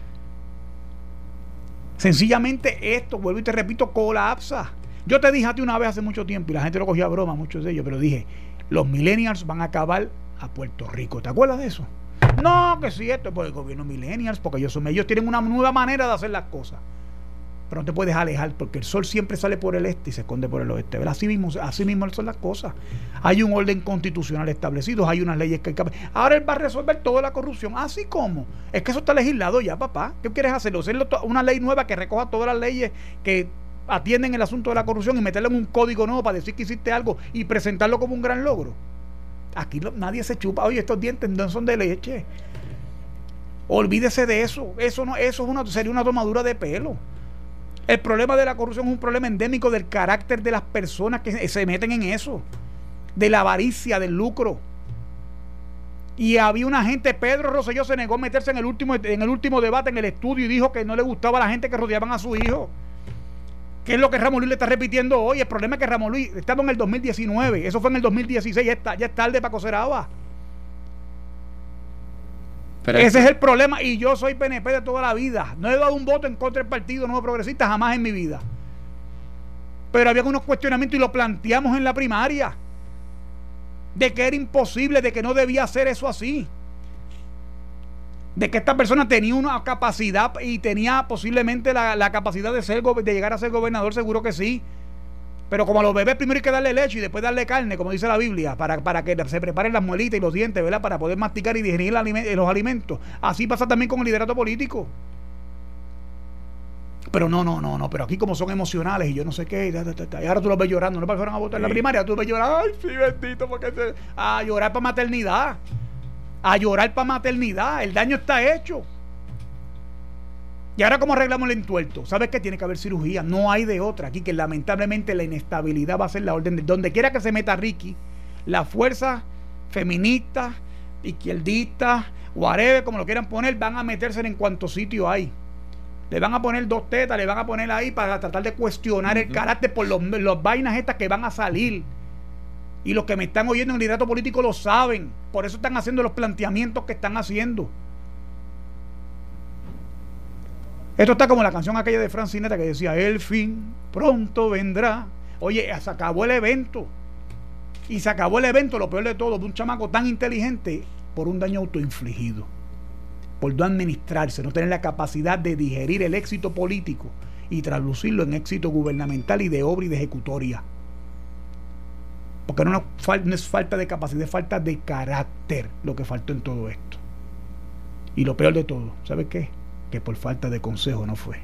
Sencillamente esto, vuelvo y te repito, colapsa. Yo te dije a ti una vez hace mucho tiempo, y la gente lo cogió a broma, muchos de ellos, pero dije, los millennials van a acabar a Puerto Rico. ¿Te acuerdas de eso? No, que sí, esto es por el gobierno millennials, porque ellos, son, ellos tienen una nueva manera de hacer las cosas. Pero no te puedes alejar, porque el sol siempre sale por el este y se esconde por el oeste. ¿Verdad? Así mismo, así mismo son las cosas. Hay un orden constitucional establecido, hay unas leyes que hay que... Ahora él va a resolver toda la corrupción. ¿Así como? Es que eso está legislado ya, papá. ¿Qué quieres hacerlo? Hacerlo una ley nueva que recoja todas las leyes que atienden el asunto de la corrupción y meterle en un código nuevo para decir que hiciste algo y presentarlo como un gran logro. Aquí lo, nadie se chupa. Oye, estos dientes no son de leche. Olvídese de eso. Eso no, eso es una, sería una tomadura de pelo. El problema de la corrupción es un problema endémico del carácter de las personas que se meten en eso, de la avaricia, del lucro. Y había una gente, Pedro Rosselló se negó a meterse en el último en el último debate en el estudio y dijo que no le gustaba a la gente que rodeaban a su hijo. ¿Qué es lo que Ramón Luis le está repitiendo hoy? El problema es que Ramón Luis estaba en el dos mil diecinueve, eso fue en el dos mil dieciséis, ya, está, ya es tarde para coser agua. Pero ese es el problema, y yo soy P N P de toda la vida. No he dado un voto en contra del Partido Nuevo Progresista jamás en mi vida. Pero había unos cuestionamientos y lo planteamos en la primaria, de que era imposible, de que no debía hacer eso así, de que esta persona tenía una capacidad y tenía posiblemente la, la capacidad de ser de llegar a ser gobernador, seguro que sí. Pero como a los bebés primero hay que darle leche y después darle carne, como dice la Biblia, para, para que se preparen las muelitas y los dientes, ¿verdad? Para poder masticar y digerir los alimentos. Así pasa también con el liderato político. Pero no, no, no, no, pero aquí como son emocionales y yo no sé qué, y ahora tú los ves llorando, no fueron a votar en la primaria, tú los ves llorando, ay, sí, bendito, porque se... a llorar para maternidad, a llorar para maternidad, el daño está hecho. Y ahora, ¿cómo arreglamos el entuerto? ¿Sabes qué? Tiene que haber cirugía. No hay de otra aquí, que lamentablemente la inestabilidad va a ser la orden de... Donde quiera que se meta Ricky, la fuerza feminista, izquierdista, whatever, como lo quieran poner, van a meterse en cuanto sitio hay. Le van a poner dos tetas, le van a poner ahí para tratar de cuestionar uh-huh. el carácter por los, los vainas estas que van a salir. Y los que me están oyendo en el liderato político lo saben. Por eso están haciendo los planteamientos que están haciendo. Esto está como la canción aquella de Frank Sinatra que decía: el fin pronto vendrá. Oye, se acabó el evento. Y se acabó el evento, lo peor de todo, de un chamaco tan inteligente por un daño autoinfligido. Por no administrarse, no tener la capacidad de digerir el éxito político y traducirlo en éxito gubernamental y de obra y de ejecutoria. Porque no, no es falta de capacidad, es falta de carácter lo que faltó en todo esto. Y lo peor de todo, ¿sabes qué? Que por falta de consejo no fue.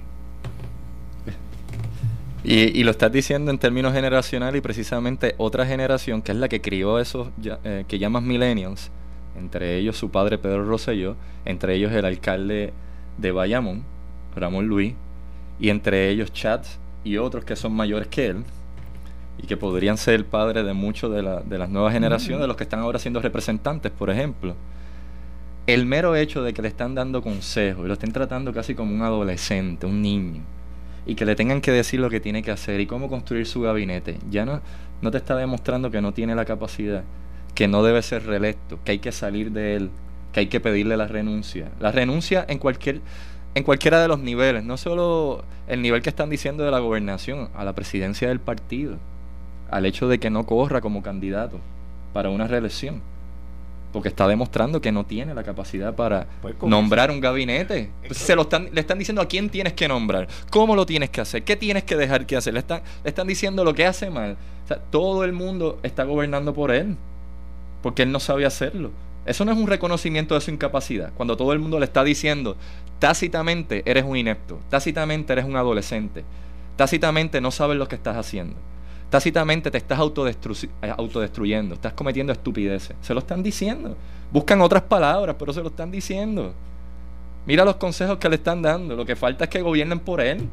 Y, y lo estás diciendo en términos generacionales, y precisamente otra generación, que es la que crió esos eh, que llamas millennials, entre ellos su padre Pedro Rosselló, entre ellos el alcalde de Bayamón, Ramón Luis, y entre ellos Chats y otros que son mayores que él, y que podrían ser el padre de muchos de, la, de las nuevas generaciones, mm. de los que están ahora siendo representantes, por ejemplo. El mero hecho de que le están dando consejos y lo estén tratando casi como un adolescente, un niño, y que le tengan que decir lo que tiene que hacer y cómo construir su gabinete, ya no, no te está demostrando que no tiene la capacidad, que no debe ser reelecto, que hay que salir de él, que hay que pedirle la renuncia. La renuncia en cualquier en cualquiera de los niveles, no solo el nivel que están diciendo de la gobernación, a la presidencia del partido, al hecho de que no corra como candidato para una reelección, porque está demostrando que no tiene la capacidad para pues nombrar un gabinete. Pues se lo están, le están diciendo a quién tienes que nombrar, cómo lo tienes que hacer, qué tienes que dejar que hacer. Le están, le están diciendo lo que hace mal. O sea, todo el mundo está gobernando por él, porque él no sabe hacerlo. Eso no es un reconocimiento de su incapacidad, cuando todo el mundo le está diciendo tácitamente eres un inepto, tácitamente eres un adolescente, tácitamente no sabes lo que estás haciendo, tácitamente te estás autodestru- autodestruyendo, estás cometiendo estupideces. Se lo están diciendo. Buscan otras palabras, pero se lo están diciendo. Mira los consejos que le están dando. Lo que falta es que gobiernen por él.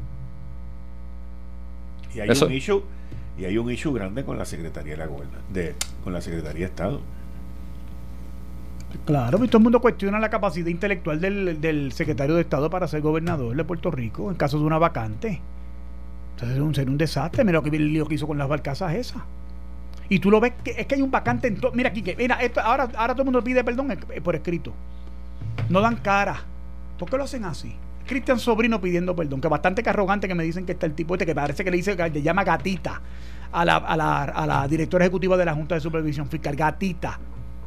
Y hay Eso. un issue, y hay un issue grande con la Secretaría de la Gobernación, de, con la Secretaría de Estado. Claro, y todo el mundo cuestiona la capacidad intelectual del, del secretario de Estado para ser gobernador de Puerto Rico en caso de una vacante. Entonces un, sería un desastre. Mira lo que, lo que hizo con las barcazas esas. Y tú lo ves, que es que hay un vacante en todo. Mira aquí, que mira, esto, ahora, ahora todo el mundo pide perdón eh, por escrito. No dan cara. ¿Por qué lo hacen así? Cristian Sobrino pidiendo perdón, que bastante arrogante que me dicen que está el tipo este, que parece que le dice, que le llama gatita a la, a la, a la directora ejecutiva de la Junta de Supervisión Fiscal. Gatita.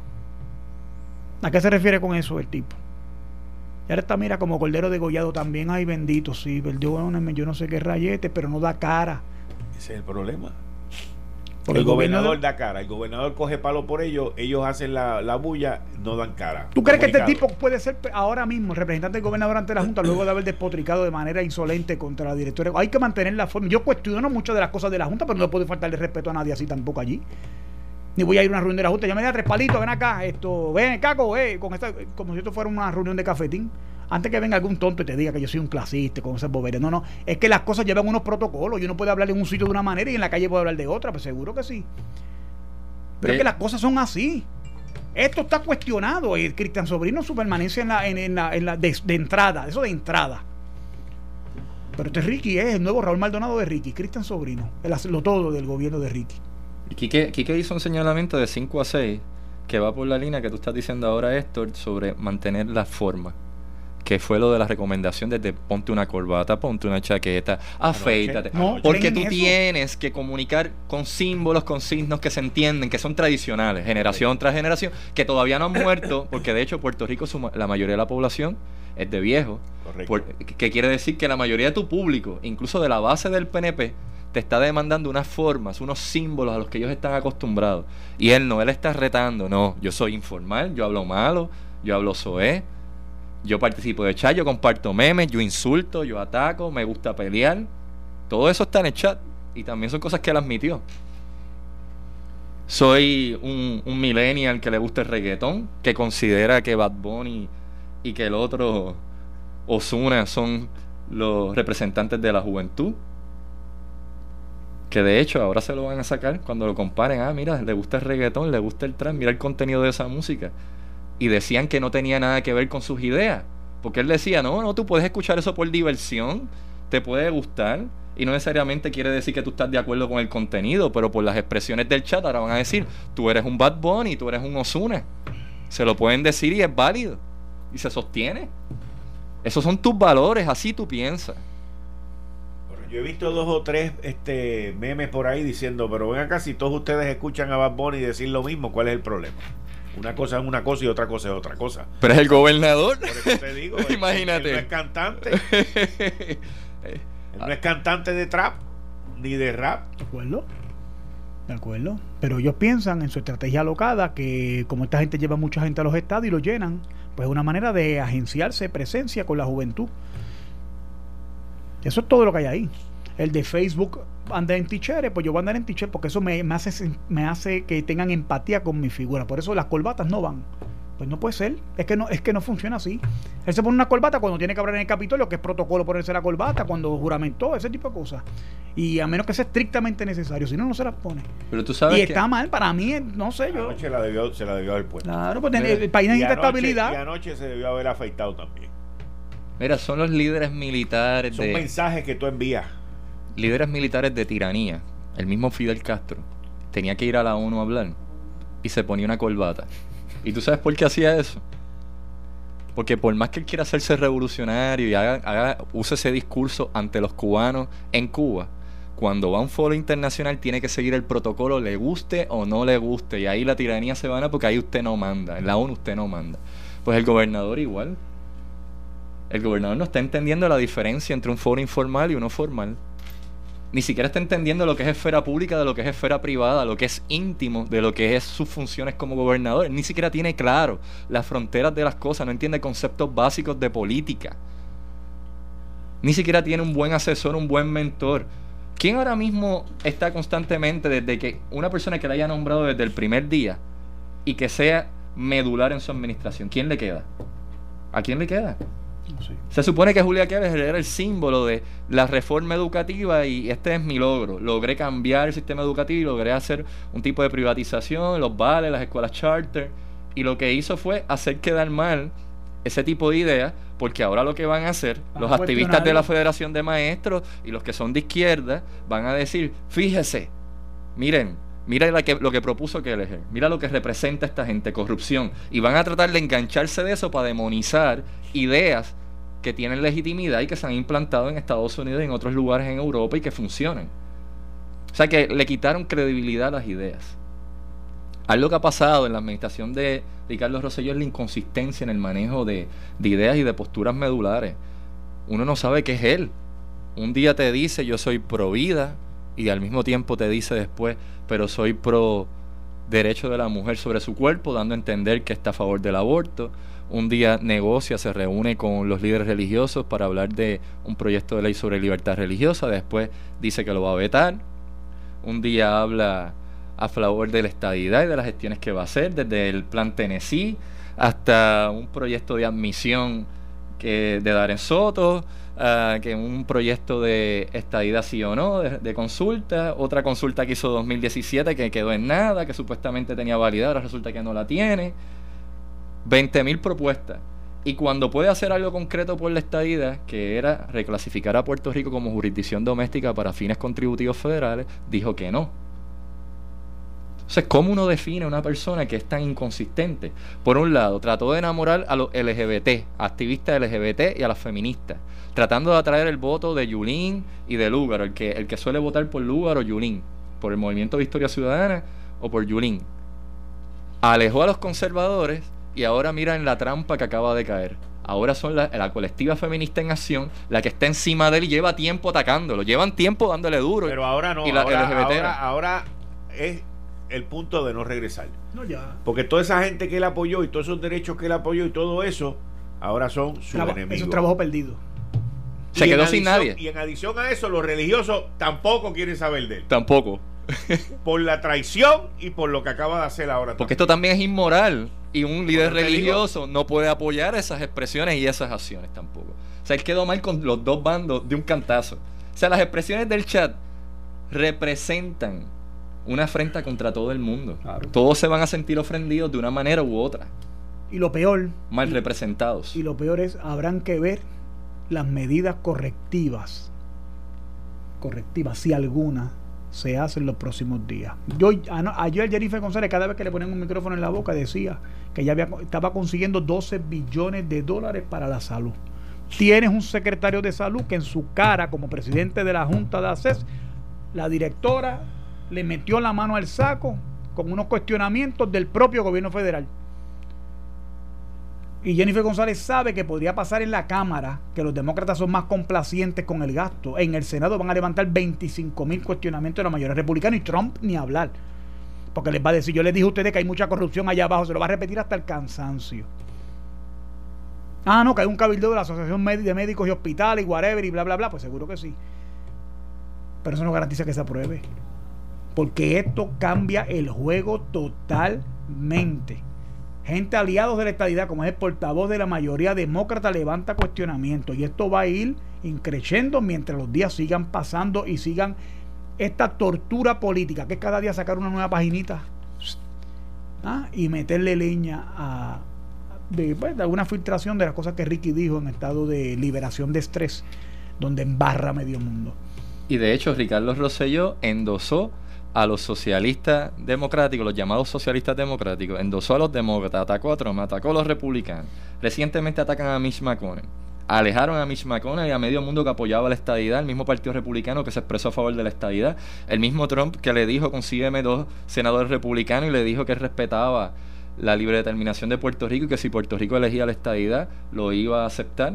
¿A qué se refiere con eso el tipo? Y ahora está, mira, como cordero degollado también. Ay, bendito, sí, perdió una, yo no sé qué rayete, pero no da cara. Ese es el problema. Porque el, el gobernador, gobernador da cara, el gobernador coge palo por ellos, ellos hacen la, la bulla, no dan cara. ¿Tú crees comunicado. que este tipo puede ser ahora mismo el representante del gobernador ante la Junta luego de haber despotricado de manera insolente contra la directora? Hay que mantener la forma. Yo cuestiono muchas de las cosas de la Junta, pero no puede faltarle respeto a nadie así tampoco allí. Ni voy a ir a una reunión de la Junta. Ya me da tres palitos, ven acá, esto, ven, caco, eh, con esta, como si esto fuera una reunión de cafetín. Antes que venga algún tonto y te diga que yo soy un clasista con esas boberías. No, no, es que las cosas llevan unos protocolos y uno puede hablar en un sitio de una manera y en la calle puede hablar de otra, pues seguro que sí. Pero ¿Eh? es que las cosas son así. Esto está cuestionado. El Cristian Sobrino, su permanencia en la, en, en la, en la de, de entrada, eso de entrada. Pero este Ricky es el nuevo Raúl Maldonado de Ricky, Cristian Sobrino, el hacerlo todo del gobierno de Ricky. Quique, Quique hizo un señalamiento de cinco a seis que va por la línea que tú estás diciendo ahora, Héctor, sobre mantener la forma, que fue lo de la recomendación desde ponte una corbata, ponte una chaqueta, afeítate, no, porque tú eso? tienes que comunicar con símbolos, con signos que se entienden, que son tradicionales, generación sí. tras generación, que todavía no han muerto, porque de hecho Puerto Rico, su, la mayoría de la población es de viejo, por, que quiere decir que la mayoría de tu público, incluso de la base del P N P, te está demandando unas formas, unos símbolos a los que ellos están acostumbrados. Y él no, él está retando, no, yo soy informal, yo hablo malo, yo hablo soez, yo participo de chat, yo comparto memes, yo insulto, yo ataco, me gusta pelear. Todo eso está en el chat y también son cosas que él admitió. Soy un, un millennial que le gusta el reggaetón, que considera que Bad Bunny y que el otro Ozuna son los representantes de la juventud. Que de hecho ahora se lo van a sacar cuando lo comparen. Ah, mira, le gusta el reggaetón, le gusta el trap, mira el contenido de esa música. Y decían que no tenía nada que ver con sus ideas. Porque él decía, no, no, tú puedes escuchar eso por diversión, te puede gustar. Y no necesariamente quiere decir que tú estás de acuerdo con el contenido, pero por las expresiones del chat ahora van a decir, tú eres un Bad Bunny, tú eres un Ozuna. Se lo pueden decir y es válido. Y se sostiene. Esos son tus valores, así tú piensas. Bueno, yo he visto dos o tres este, memes por ahí diciendo, pero ven acá, si todos ustedes escuchan a Bad Bunny decir lo mismo, ¿cuál es el problema? Una cosa es una cosa y otra cosa es otra cosa. Pero es el gobernador. Por eso te digo, imagínate. Él no es cantante. Él no es cantante de trap ni de rap. ¿De acuerdo? De acuerdo. Pero ellos piensan en su estrategia alocada que como esta gente lleva mucha gente a los estadios y lo llenan, pues es una manera de agenciarse presencia con la juventud. Eso es todo lo que hay ahí. El de Facebook anda en t-shirt, pues yo voy a andar en t-shirt porque eso me, me hace me hace que tengan empatía con mi figura. Por eso las corbatas no van. Pues no puede ser, es que no, es que no funciona así. Él se pone una corbata cuando tiene que hablar en el Capitolio, que es protocolo ponerse la corbata, cuando juramentó, ese tipo de cosas. Y a menos que sea estrictamente necesario, si no, no se las pone. Pero tú sabes y que está mal, para mí, no sé yo. Anoche la debió, se la debió haber puesto. Claro, pues el, el país necesita y anoche, estabilidad. Y anoche se debió haber afeitado también. Mira, son los líderes militares Son de... mensajes que tú envías. Líderes militares de tiranía. El mismo Fidel Castro tenía que ir a la ONU a hablar y se ponía una corbata. ¿Y tú sabes por qué hacía eso? Porque por más que él quiera hacerse revolucionario y haga, haga, use ese discurso ante los cubanos en Cuba, cuando va a un foro internacional tiene que seguir el protocolo, le guste o no le guste. Y ahí la tiranía se van a porque ahí usted no manda. En la ONU usted no manda. Pues el gobernador igual. El gobernador no está entendiendo la diferencia entre un foro informal y uno formal. Ni siquiera está entendiendo lo que es esfera pública de lo que es esfera privada, lo que es íntimo de lo que es sus funciones como gobernador. Ni siquiera tiene claro las fronteras de las cosas, no entiende conceptos básicos de política. Ni siquiera tiene un buen asesor, un buen mentor. ¿Quién ahora mismo está constantemente, desde que una persona que la haya nombrado desde el primer día y que sea medular en su administración, quién le queda? ¿A quién le queda? Sí. Se supone que Julia Keller era el símbolo de la reforma educativa y este es mi logro. Logré cambiar el sistema educativo y logré hacer un tipo de privatización, los vales, las escuelas charter. Y lo que hizo fue hacer quedar mal ese tipo de ideas, porque ahora lo que van a hacer Van los a activistas de la cuestionarlo. Federación de Maestros y los que son de izquierda van a decir, fíjese, miren, mira la que, lo que propuso Keller, mira lo que representa esta gente, corrupción. Y van a tratar de engancharse de eso para demonizar ideas que tienen legitimidad y que se han implantado en Estados Unidos y en otros lugares en Europa y que funcionan. O sea que le quitaron credibilidad a las ideas. Algo que ha pasado en la administración de Ricardo Rosselló es la inconsistencia en el manejo de, de ideas y de posturas medulares. Uno no sabe qué es él. Un día te dice yo soy pro vida y al mismo tiempo te dice después pero soy pro derecho de la mujer sobre su cuerpo, dando a entender que está a favor del aborto. Un día negocia, se reúne con los líderes religiosos para hablar de un proyecto de ley sobre libertad religiosa, después dice que lo va a vetar. Un día habla a favor de la estadidad y de las gestiones que va a hacer, desde el plan Tennessee hasta un proyecto de admisión que, de Darren Soto, uh, que un proyecto de estadidad sí o no, de, de consulta, otra consulta que hizo dos mil diecisiete que quedó en nada, que supuestamente tenía validad, ahora resulta que no la tiene. veinte mil propuestas. Y cuando puede hacer algo concreto por la estadidad, que era reclasificar a Puerto Rico como jurisdicción doméstica para fines contributivos federales, dijo que no. Entonces, ¿cómo uno define a una persona que es tan inconsistente? Por un lado, trató de enamorar a los L G B T, activistas L G B T y a las feministas, tratando de atraer el voto de Yulín y de Lúgaro, el que, el que suele votar por Lúgaro o Yulín, por el Movimiento de Victoria Ciudadana o por Yulín. Alejó a los conservadores y ahora mira en la trampa que acaba de caer. Ahora son la, la colectiva feminista en acción la que está encima de él y lleva tiempo atacándolo, llevan tiempo dándole duro. Pero ahora no, y la ahora, L G B T ahora, ahora es el punto de no regresar. No, ya. Porque toda esa gente que él apoyó y todos esos derechos que él apoyó y todo eso, ahora son sus Traba- enemigos. Es un trabajo perdido. Se Y en quedó sin adición- nadie. Y en adición a eso, los religiosos tampoco quieren saber de él. Tampoco. Por la traición y por lo que acaba de hacer ahora. Porque esto también es inmoral. Y un líder Por eso te religioso no puede apoyar esas expresiones y esas acciones tampoco. O sea, él quedó mal con los dos bandos de un cantazo. O sea, las expresiones del chat representan una afrenta contra todo el mundo. Claro. Todos se van a sentir ofendidos de una manera u otra. Y lo peor, Mal y, representados. y lo peor es, habrán que ver las medidas correctivas correctiva, si alguna, se hace en los próximos días. Yo ayer Jennifer González, cada vez que le ponían un micrófono en la boca, decía que ella había, estaba consiguiendo doce billones de dólares para la salud. Tienes un secretario de salud que en su cara, como presidente de la Junta de A C E S, la directora le metió la mano al saco con unos cuestionamientos del propio gobierno federal. Y Jennifer González sabe que podría pasar en la Cámara, que los demócratas son más complacientes con el gasto. En el Senado van a levantar veinticinco mil cuestionamientos de la mayoría republicana, y Trump ni hablar, porque les va a decir, yo les dije a ustedes que hay mucha corrupción allá abajo, se lo va a repetir hasta el cansancio. Ah, no, que hay un cabildo de la Asociación de Médicos y Hospitales y whatever y bla, bla, bla, pues seguro que sí. Pero eso no garantiza que se apruebe, porque esto cambia el juego totalmente. Gente aliados de la estadidad, como es el portavoz de la mayoría demócrata, levanta cuestionamientos, y esto va a ir increciendo mientras los días sigan pasando y sigan esta tortura política, que es cada día sacar una nueva paginita, ¿ah? Y meterle leña a de, pues, de alguna filtración de las cosas que Ricky dijo en estado de liberación de estrés, donde embarra medio mundo. Y de hecho Ricardo Rosselló endosó a los socialistas democráticos, los llamados socialistas democráticos, endosó a los demócratas, atacó a Trump, atacó a los republicanos. Recientemente atacan a Mitch McConnell, alejaron a Mitch McConnell y a medio mundo que apoyaba la estadidad, el mismo partido republicano que se expresó a favor de la estadidad, el mismo Trump que le dijo, consígueme dos senadores republicanos, y le dijo que él respetaba la libre determinación de Puerto Rico y que si Puerto Rico elegía la estadidad lo iba a aceptar.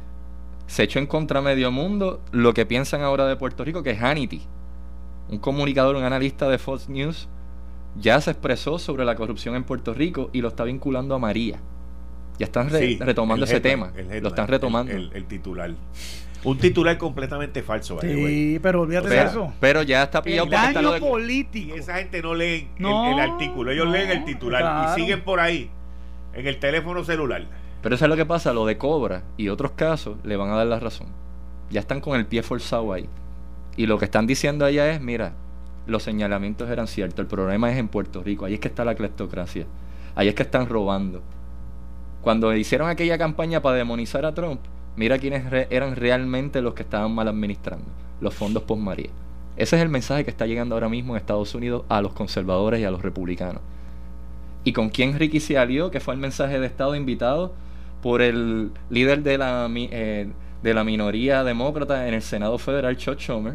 Se echó en contra a medio mundo lo que piensan ahora de Puerto Rico, que es Hannity, un comunicador, un analista de Fox News, ya se expresó sobre la corrupción en Puerto Rico y lo está vinculando a María. Ya están re- sí, retomando ese headline, tema. Headline, lo están retomando. El, el, el titular. Un titular completamente falso. Sí, güey. Pero olvídate pero, de eso. Pero ya está pillado el porque daño está lo de... político. Y esa gente no lee no, el, el artículo. Ellos no, leen el titular, claro, y siguen por ahí en el teléfono celular. Pero eso es lo que pasa. Lo de Cobra y otros casos le van a dar la razón. Ya están con el pie forzado ahí. Y lo que están diciendo allá es, mira, los señalamientos eran ciertos, el problema es en Puerto Rico, ahí es que está la cleptocracia, ahí es que están robando. Cuando hicieron aquella campaña para demonizar a Trump, mira quiénes re- eran realmente los que estaban mal administrando los fondos post María. Ese es el mensaje que está llegando ahora mismo en Estados Unidos a los conservadores y a los republicanos. ¿Y con quién Ricky se alió? Que fue el mensaje de Estado invitado por el líder de la, eh, de la minoría demócrata en el Senado Federal, Chuck Schumer,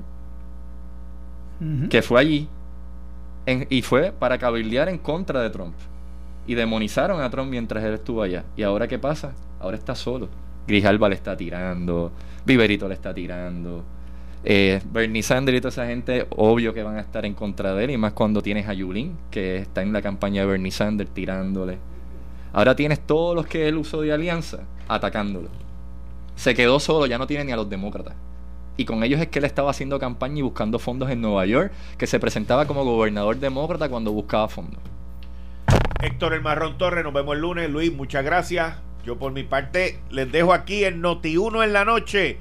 uh-huh, que fue allí en, y fue para cabildear en contra de Trump, y demonizaron a Trump mientras él estuvo allá. ¿Y ahora qué pasa? Ahora está solo. Grijalba le está tirando, Viverito le está tirando, eh, Bernie Sanders y toda esa gente, obvio que van a estar en contra de él, y más cuando tienes a Yulín, que está en la campaña de Bernie Sanders tirándole. Ahora tienes todos los que él usó de alianza atacándolo. Se quedó solo, ya no tiene ni a los demócratas. Y con ellos es que él estaba haciendo campaña y buscando fondos en Nueva York, que se presentaba como gobernador demócrata cuando buscaba fondos. Héctor El Marrón Torres, nos vemos el lunes. Luis, muchas gracias. Yo por mi parte les dejo aquí en Noti uno en la noche.